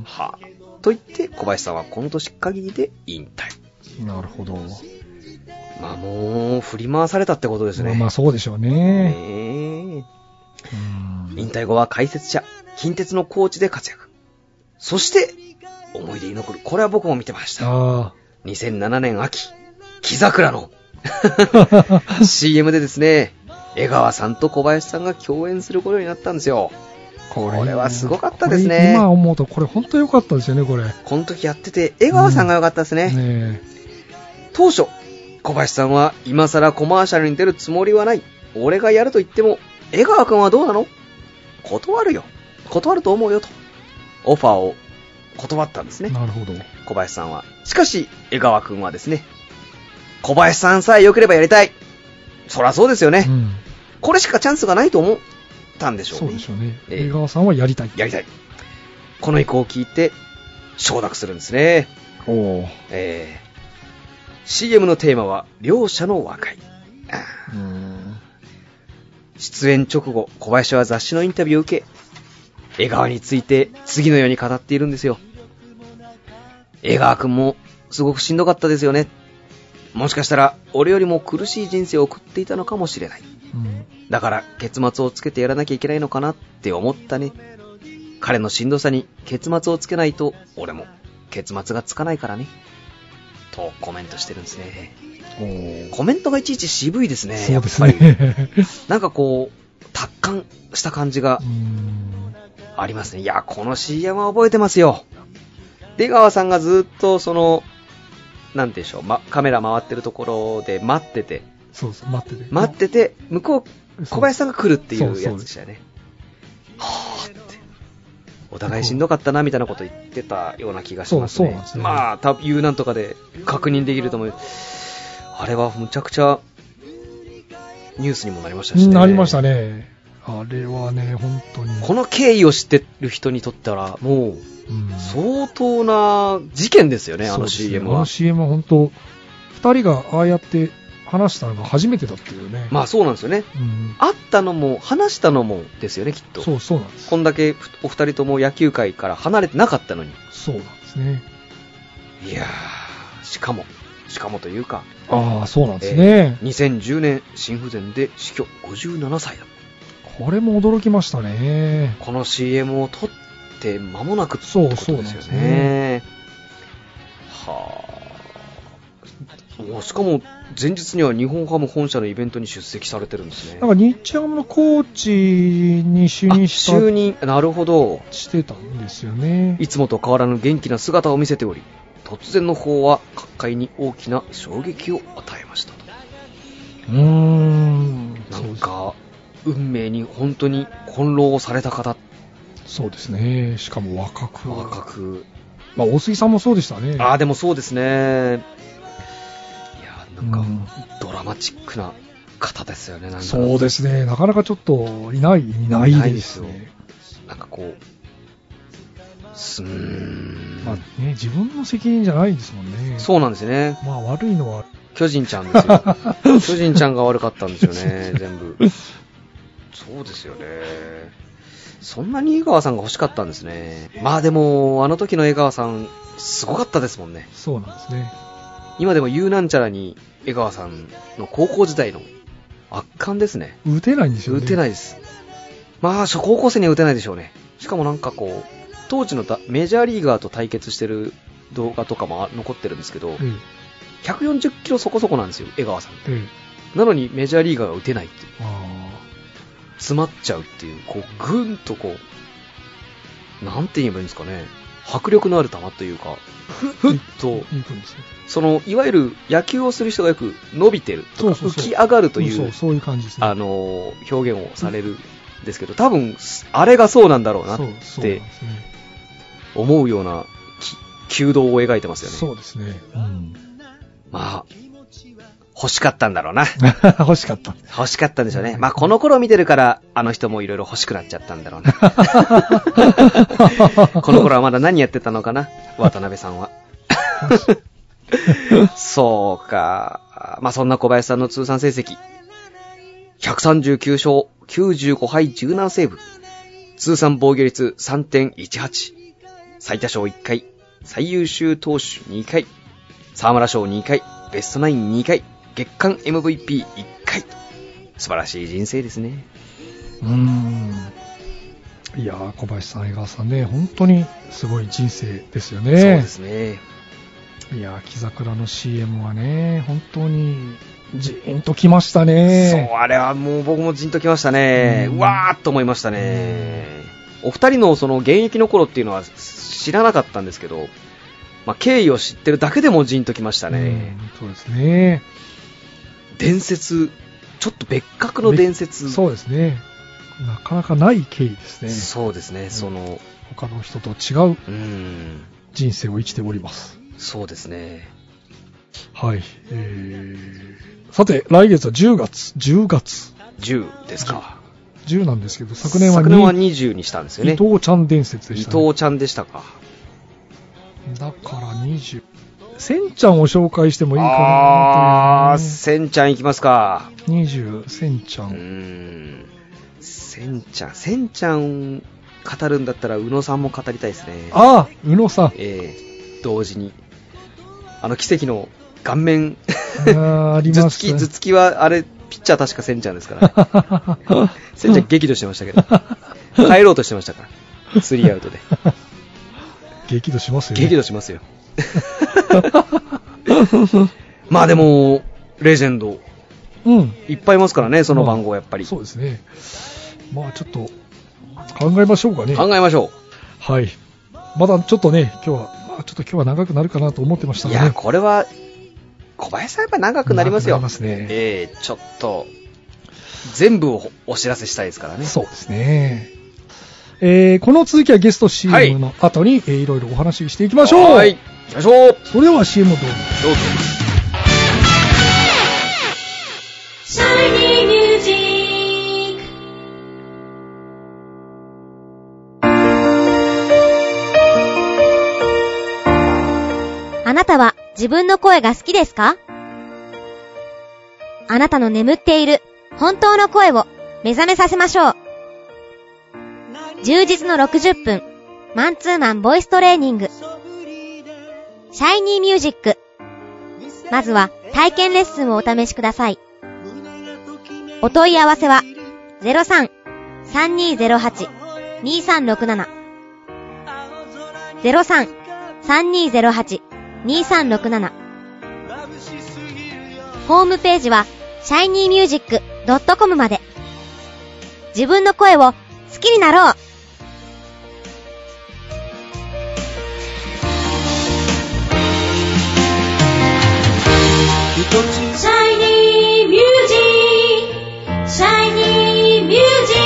はぁ。と言って小林さんはこの年限りで引退。 なるほど。 まあもう振り回されたってことですね。 まあ、まあそうでしょうね。 ねえ。 うん。 引退後は解説者、近鉄のコーチで活躍。そして思い出に残る、これは僕も見てました。 ああ。 にせんななねん秋、木桜のシーエム でですね、江川さんと小林さんが共演することになったんですよ。これはすごかったですね。 今思うとこれ本当良かったですよね、これ。 この時やってて江川さんが良かったですね。 うん、ね当初小林さんは今更コマーシャルに出るつもりはない、俺がやると言っても江川くんはどうなの、断るよ、断ると思うよとオファーを断ったんですね。 なるほど。 小林さんは。しかし江川くんはですね、小林さんさえ良ければやりたい、そりゃそうですよね、うん、これしかチャンスがないと思ったんでしょうね。 そうでしょうね。江川さんはやりたいやりたい。この意向を聞いて承諾するんですね。 おー、 えー、シーエム のテーマは両者の和解。 うーん、 出演直後、小林は雑誌のインタビューを受け、江川について次のように語っているんですよ。江川くんもすごくしんどかったですよね。もしかしたら俺よりも苦しい人生を送っていたのかもしれない、うん、だから結末をつけてやらなきゃいけないのかなって思ったね。彼のしんどさに結末をつけないと俺も結末がつかないからねとコメントしてるんですね。おコメントがいちいち渋いですね。 そうですね、やっぱりなんかこう達観した感じがありますね。いやこの シーエム は覚えてますよ。出川さんがずっとそのなんでしょう、ま、カメラ回ってるところで待ってて、 そうそう待ってて待ってて向こう小林さんが来るっていうやつでしたよね。はぁってお互いしんどかったなみたいなこと言ってたような気がしますね。そうそうなんですね。まあ多分言うなんとかで確認できると思う。あれはむちゃくちゃニュースにもなりましたしね。 なりましたね。あれはね本当にこの経緯を知ってる人にとったらもう相当な事件ですよね、あの シーエム は。 あの シーエム は本当ふたりがああやって話したのが初めてだっていうね。 まあそうなんですよね、うん、会ったのも話したのもですよね、きっと。 そうそうなんです。 こんだけお二人とも野球界から離れてなかったのに。 そうなんですね。 いやー、しかもしかもというか、 ああそうなんですね、 えー、にせんじゅうねん心不全で死去ごじゅうななさいだ。 これも驚きましたね。 この シーエム を撮って間もなくってことですよね。そうそうですね。はあ。しかも前日には日本ハム本社のイベントに出席されてるんですね。 なんか日ハムのコーチに就任した。 就任、なるほど。 してたんですよね。 いつもと変わらぬ元気な姿を見せており、突然の方は各界に大きな衝撃を与えましたと。 うーん。 なんか運命に本当に翻弄された方。 そうですね。しかも若く若く、 まあ大杉さんもそうでしたね。 ああでもそうですね。いやなんか、うん、ドラマチックな方ですよね。なんかそうですね。なかなかちょっといないいないですね。 なんかこうすーん、 まあね、自分の責任じゃないですもんね。 そうなんですよね。 まあ悪いのは巨人ちゃんですよ。巨人ちゃんが悪かったんですよね、全部。そうですよね。そんなに江川さんが欲しかったんですね。まあでもあの時の江川さんすごかったですもんね。 そうなんですね。 今でも言うなんちゃらに江川さんの高校時代の圧巻ですね。 打てないんですよね。 打てないです。まあ初高校生には打てないでしょうね。しかもなんかこう当時のメジャーリーガーと対決してる動画とかも残ってるんですけど、うん、ひゃくよんじゅっキロそこそこなんですよ、江川さんって、うん、なのにメジャーリーガーが打てないっていう、あ詰まっちゃうっていう、こうぐんとこうなんて言えばいいんですかね、迫力のある球というかふっとそのいわゆる野球をする人がよく伸びてるとか浮き上がるという、 そうそういう感じですね、 あの表現をされるんですけど、多分あれがそうなんだろうなって思うような弓道を描いてますよね。 そうですね、うん、 まあ欲しかったんだろうな。 欲しかった。 欲しかったんでしょうね。まあこの頃見てるからあの人もいろいろ欲しくなっちゃったんだろうな。この頃はまだ何やってたのかな、渡辺さんは。そうか。まあそんな小林さんの通算成績ひゃくさんじゅうきゅうしょうきゅうじゅうごはいじゅうななセーブ、通算防御率 さんてんいちはち、 最多勝いっかい、最優秀投手にかい、沢村賞にかい、ベストナインにかい、月間 エムブイピーいっかい。素晴らしい人生ですね。 うーん。いやー、小林さん、江川さんね、本当にすごい人生ですよね。 そうですね。 いやー、木桜の シーエム はね、本当にジーンときましたね。 そう、あれはもう僕もジーンときましたね。う, うわーっと思いましたね。お二人のその現役の頃っていうのは知らなかったんですけど、まあ、経緯を知ってるだけでもジーンときましたね。 うん、そうですね。 伝説、ちょっと別格の伝説。 そうですね。なかなかない経緯ですね。 そうですね。 うん、 その他の人と違う人生を生きております。 うん、そうですね。 はい。えー、さて、来月はじゅうがつ。じゅうがつ。 じゅうですか。 じゅうなんですけど、昨年は昨年はにじゅうにしたんですよね。 伊藤ちゃん伝説でしたね。 伊藤ちゃんでしたか。 だからにじゅう。せんちゃんを紹介してもいいかなという、ね。 あー、せんちゃんいきますか。 にじゅう、せんちゃん。 うーん。せんちゃん、せんちゃん語るんだったら、宇野さんも語りたいですね。 ああ、宇野さん。 ええー、同時に。あの奇跡の顔面。 あありましたね。頭突き、 頭突きは、あれ、ピッチャー確かせんちゃんですから、ね。せんちゃん激怒してましたけど。帰ろうとしてましたから。スリーアウトで。 激怒しますよね。 激怒しますよ。まあでも、レジェンド。うん。いっぱいいますからね、その番号やっぱり。 まあ、そうですね。まあちょっと、考えましょうかね。 考えましょう。 はい。まだちょっとね、今日は、まあ、ちょっと今日は長くなるかなと思ってましたね。 いや、これは、小林さんやっぱり長くなりますよ。 長くなりますね。 ええー、ちょっと、全部をお知らせしたいですからね。 そうですね。えー、この続きはゲスト シーエム の後に、はいえー、いろいろお話ししていきましょう。 はい。行きましょう。 それでは シーエム をどうぞ。 どうぞ。 シャイニーミュージック。あなたは自分の声が好きですか？あなたの眠っている本当の声を目覚めさせましょう。充実のろくじゅっぷんマンツーマンボイストレーニング、シャイニーミュージック。まずは体験レッスンをお試しください。お問い合わせは ゼロさん さんにーゼロはち にーさんろくなな ゼロさん さんにーゼロはち にーさんろくなな。 ホームページは シャイニーミュージックドットコム まで。自分の声を好きになろう。シャイニーミュージック、シャイニーミュージッ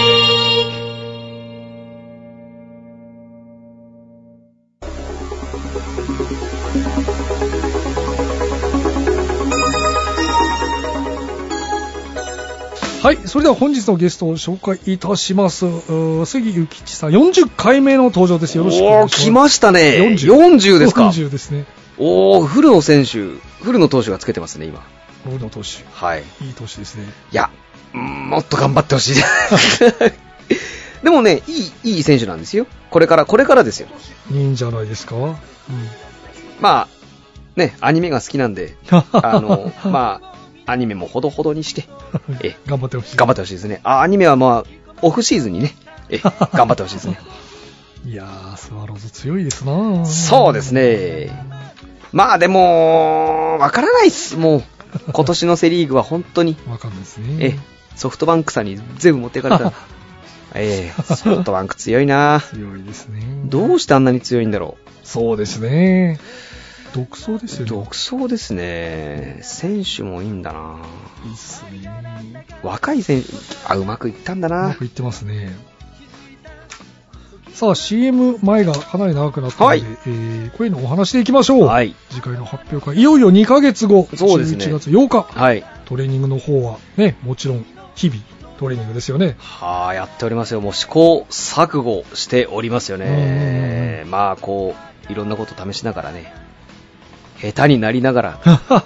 ク。はい、それでは本日のゲストを紹介いたします。杉ゆきちさん、よんじゅっかいめの登場です。よろしくお願いします。 おー、来ましたね。よんじゅう。よんじゅうですか。 よんじゅうですね。 おー、古野選手、古野投手がつけてますね、今。 古野投手。 はい。 いい投手ですね。 いや、もっと頑張ってほしい。でもね、いい、いい選手なんですよ。これから、これからですよ。 いいんじゃないですか。うん、 まあ、ね、アニメが好きなんで、あの、まあ、アニメもほどほどにして、 え頑張ってほしい。 頑張ってほしいですね。あ、アニメはまあ、オフシーズンにね、え頑張ってほしいですね。 いやー、スワローズ強いですな。 そうですね。まあでも、わからないっす、もう。今年のセリーグは本当に。 わかんないですね。 え、ソフトバンクさんに全部持っていかれた。ええ、ソフトバンク強いな。 強いですね。 どうしてあんなに強いんだろう。 そうですね。独走ですよね。 独走ですね。選手もいいんだな。 いいっすね。 若い選手、あ、うまくいったんだな。 うまくいってますね。さあ シーエム 前がかなり長くなったので、はい、えー、こういうのお話でいきましょう。 はい。 次回の発表会、いよいよにかげつご、 そうですね、 じゅういちがつようか。 はい。 トレーニングの方はね、もちろん日々トレーニングですよね。 はあ、やっておりますよ。もう試行錯誤しておりますよね。まあこういろんなこと試しながらね、下手になりながら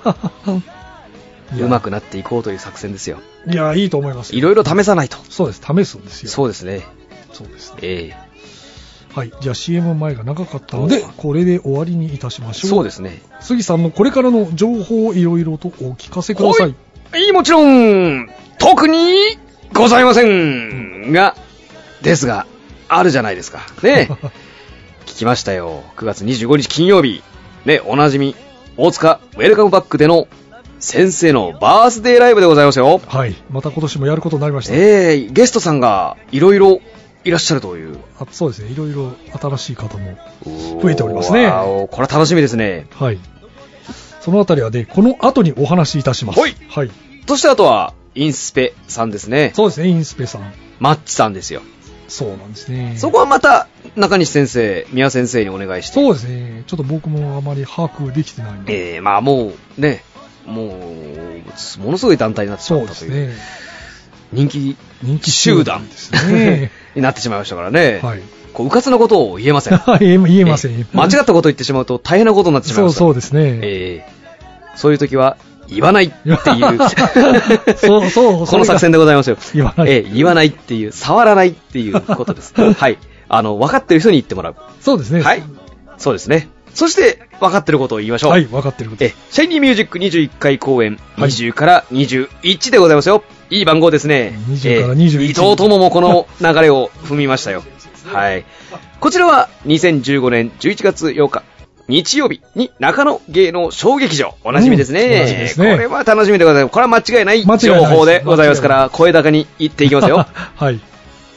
うまくなっていこうという作戦ですよ。 いや、いいと思います。 いろいろ試さないと。 そうです、試すんですよ。 そうですね。 そうですね。 ええはい。じゃあ シーエム 前が長かったので、これで終わりにいたしましょう。 そうですね。 杉さんのこれからの情報をいろいろとお聞かせください。 はい。もちろん、特にございませんが、ですが、あるじゃないですか。ね聞きましたよ。くがつにじゅうごにち金曜日。ね、おなじみ、大塚ウェルカムバックでの先生のバースデーライブでございますよ。 はい。また今年もやることになりました。 えー、ゲストさんがいろいろいらっしゃるという。 あ、そうですね。いろいろ新しい方も増えておりますね。 これは楽しみですね。 はい。そのあたりはね、この後にお話しいたします。 はい。 はい。 そしてあとは、インスペさんですね。 そうですね、インスペさん。 マッチさんですよ。 そうなんですね。 そこはまた、中西先生、宮先生にお願いして。 そうですね。ちょっと僕もあまり把握できてないんで。 ええー、まあもう、ね、もう、ものすごい団体になってしまったという。そうですね。人気、人気集団ですね。になってしまいましたからね。はい。こう、うかつなことを言えません。 言えません。 間違ったことを言ってしまうと大変なことになってしまいます。 そうそうですね。 ええー、そういう時は、言わないっていうそうそうこの作戦でございますよ。 言わない、 ええ、言わないっていう、触らないっていうことです。はい。あの、分かってる人に言ってもらう。 そうですね。 はい。そうですね。そして、分かってることを言いましょう。 はい、分かってること。 え、シャイニーミュージックにじゅういっかい公演、はい、にじゅうからにじゅういちでございますよ。いい番号ですね。 にじゅうからにじゅういち。 えー、伊藤友もこの流れを踏みましたよ。はい。こちらはにせんじゅうごねんじゅういちがつようか。日曜日に中野芸能小劇場。おなじみですね。うん、おなじみですね。これは楽しみでございます。これは間違いない情報でございますから、声高に言っていきますよ。 はい。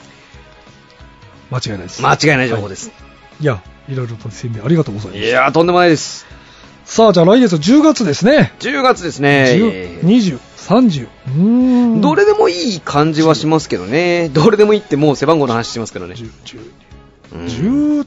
間違いないです。 間違いない情報です。 はい、いや、いろいろと宣伝ありがとうございます。 いやー、とんでもないです。 さあ、じゃあ来月じゅうがつですね。 じゅうがつですね。 じゅう、にじゅう、さんじゅう。うーん。 どれでもいい感じはしますけどね。どれでもいいってもう背番号の話してますけどね。 じゅう、じゅう。じゅうって、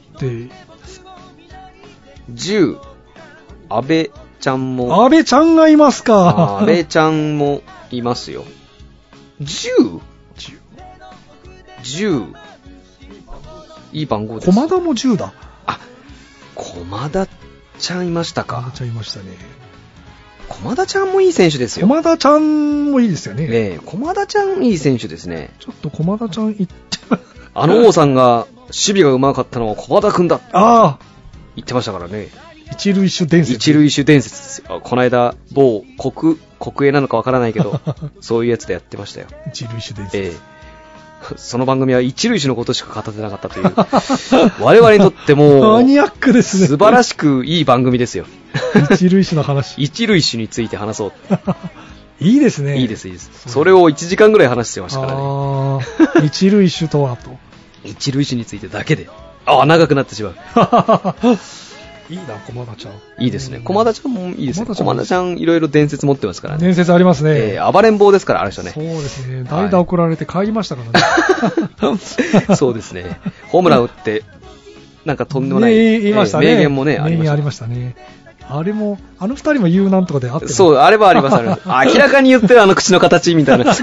じゅう、安倍ちゃんも。 安倍ちゃんがいますか。 安倍ちゃんもいますよ。じゅう?じゅう。じゅう。いい番号です。 駒田もじゅうだ。 あ、駒田ちゃんいましたか。 駒田ちゃんいましたね。 駒田ちゃんもいい選手ですよ。 駒田ちゃんもいいですよね。 ねえ、駒田ちゃんいい選手ですね。 ちょっと駒田ちゃんいって。 あの王さんが守備が上手かったのは駒田くんだ。 ああ。 言ってましたからね。 一塁手伝説。 一塁手伝説ですよ。この間、某国、国営なのかわからないけど、そういうやつでやってましたよ。 一塁手伝説。 ええ。その番組は一塁手のことしか語ってなかったという。我々にとっても、 マニアックですね。 素晴らしくいい番組ですよ。 一塁手の話。 一塁手について話そう。 いいですね。 いいです、いいです。それをいちじかんぐらい話してましたからね。 ああ、一塁手とはと。 一塁手についてだけで。ああ、長くなってしまう。 いいな、駒田ちゃん。 いいですね。駒田ちゃんもいいですね。駒田ちゃんいろいろ伝説持ってますからね。 伝説ありますね。 えー、暴れん坊ですから、ある人ね。 そうですね。代打送られて帰りましたからね。 はい、そうですね。ホームラン打って、なんかとんでもない、 ね、言いましたね。 名言もね、 名言ありましたね。あれも、あの二人も言うなんとかであってそう、あれはあります、あります。明らかに言ってるあの口の形みたいな。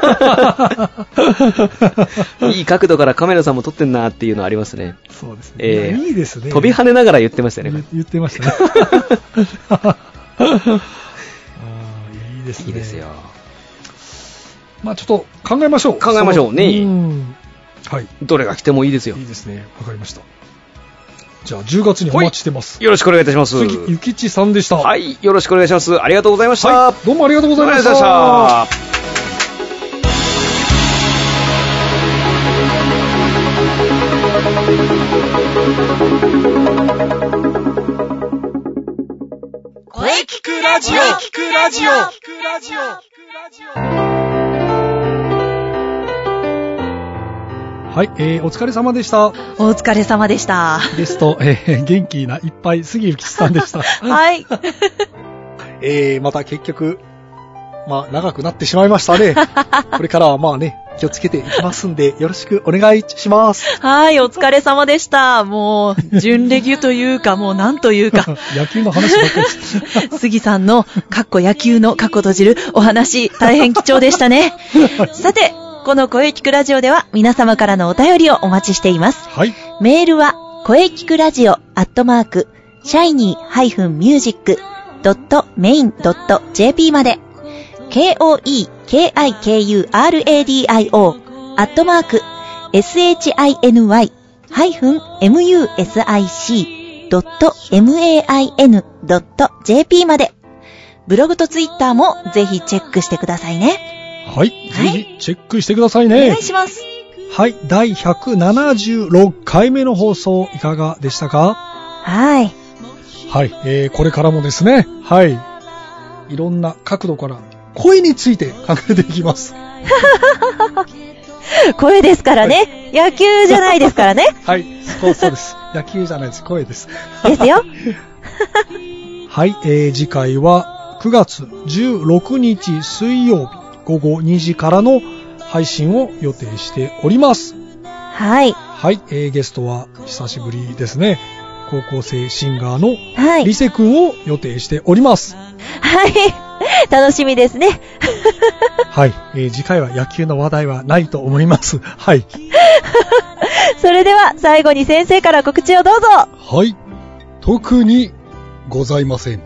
いい角度からカメラさんも撮ってんなっていうのありますね。 そうですね。 えー、 いいですね。 飛び跳ねながら言ってましたね。 言ってましたね。あいいですね。 いいですよ。 まあちょっと考えましょう。 考えましょうね。うん。 はい。 どれが来てもいいですよ。 いいですね。わかりました。じゃあじゅうがつにお待ちしてます。 よろしくお願いいたします。 次、ゆきちさんでした。 はい、よろしくお願いします。ありがとうございました。 はい、どうもありがとうございました。ありがとうございました。 声聞くラジオ聞くラジオ聞くラジオはい、えー、お疲れ様でした。 お疲れ様でした。 ゲスト、えー、元気ないっぱい杉ゆきちさんでした。 はい。 えー、また結局、まあ長くなってしまいましたね。これからはまあね、気をつけていきますんで、よろしくお願いします。 はい、お疲れ様でした。もう、準レギュというか、もうなんというか。 野球の話ばっかりです。 杉さんの、かっこ野球のかっこ閉じるお話、大変貴重でしたね。さて、この声聞くラジオでは皆様からのお便りをお待ちしています。 はい。 メールは、声聞くラジオアットマーク、シャイニー ミュージック ドット メイン ドット ジェーピー まで、ケーオーイーケーアイケーユーアールエーディーアイオー アットマーク シャイニーハイフンミューエスアイシードットメインドットジェーピー まで。ブログとツイッターもぜひチェックしてくださいね。 はい。はい、ぜひチェックしてくださいね。 お願いします。 はい。だいひゃくななじゅうろっかいめの放送いかがでしたか？ はい。 はい。えー、これからもですね。はい。いろんな角度から声について考えていきます。 声ですからね。野球じゃないですからね。 はい。そうそうです。野球じゃないです。声です。 ですよ。 はい。えー、次回はくがつじゅうろくにち水曜日ごごにじからの配信を予定しております。 はい。 はい。えー、ゲストは久しぶりですね。高校生シンガーのリセ君を予定しております。 はい。楽しみですね。 はい、えー。次回は野球の話題はないと思います。はい。 それでは最後に先生から告知をどうぞ。 はい。特にございません。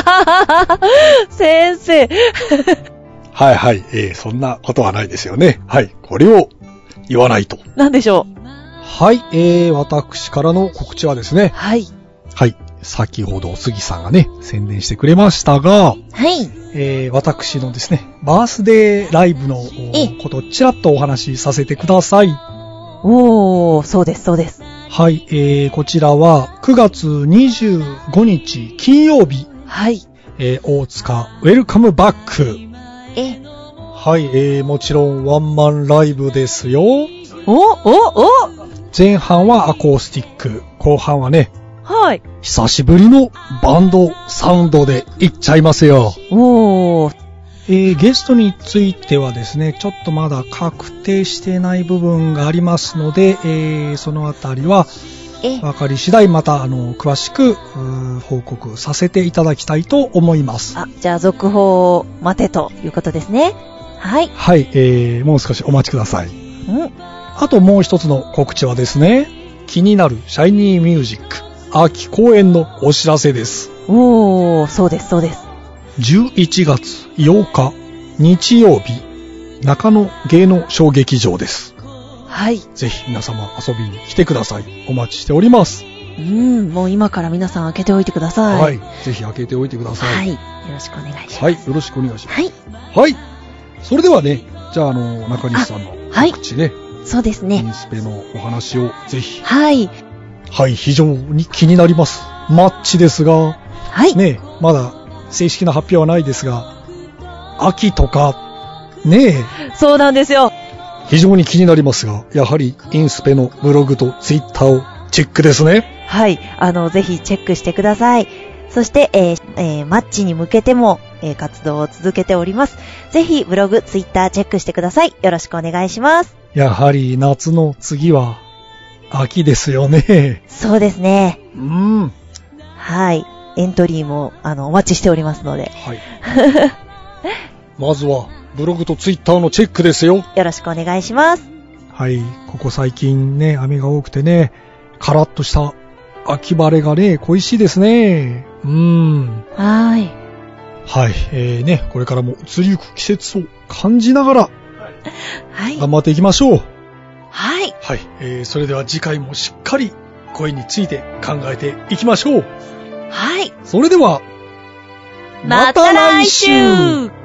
先生。 はいはい、えー。そんなことはないですよね。はい。これを言わないと。 何でしょう。 はい、えー、私からの告知はですね。 はい。 はい。先ほど杉さんがね、宣伝してくれましたが、 はい。 えー、私のですね、バースデーライブのことをちらっとお話しさせてください。 おー、そうです、そうです。 はい、えー、こちらはくがつにじゅうごにち金曜日。 はい。 えー、大塚ウェルカムバック。 えはい、えー、もちろんワンマンライブですよ。お、 お、お前半はアコースティック、後半はね、 はい。 久しぶりのバンドサウンドでいっちゃいますよ。 おー。 えー、ゲストについてはですね、ちょっとまだ確定してない部分がありますので、えー、そのあたりは、わかり次第また、あの、詳しく、報告させていただきたいと思います。 あ、じゃあ続報を待てということですね。はい。 はい、えー、もう少しお待ちください。 うん。 あともう一つの告知はですね、気になるシャイニーミュージック秋公演のお知らせです。 おー、そうです、そうです。 じゅういちがつようか日曜日、中野芸能小劇場です。 はい。 ぜひ皆様遊びに来てください。お待ちしております。 うん、もう今から皆さん開けておいてください。 はい。ぜひ開けておいてください。 はい。よろしくお願いします。 はい。よろしくお願いします。 はい。 はい。それではね、じゃあ、あの、中西さんの告知ね。 はい、そうですね。 インスペのお話をぜひ。 はい。 はい、非常に気になります。マッチですが、 はい。 ね、まだ正式な発表はないですが、秋とか、ねえ。 そうなんですよ。 非常に気になりますが、やはりインスペのブログとツイッターをチェックですね。 はい。あの、ぜひチェックしてください。そして、えーえー、マッチに向けても、えー、活動を続けております。ぜひ、ブログ、ツイッターチェックしてください。よろしくお願いします。 やはり夏の次は、秋ですよね。 そうですね。 うん。 はい。エントリーも、あの、お待ちしておりますので。 はい。まずは、ブログとツイッターのチェックですよ。 よろしくお願いします。 はい。ここ最近ね、雨が多くてね、カラッとした秋晴れがね、恋しいですね。うーん。 はい。 はい。えーね、これからも移りゆく季節を感じながら、 はい。 頑張っていきましょう。 はい。 はい。えー、それでは次回もしっかり声について考えていきましょう。 はい。 それでは、 また来週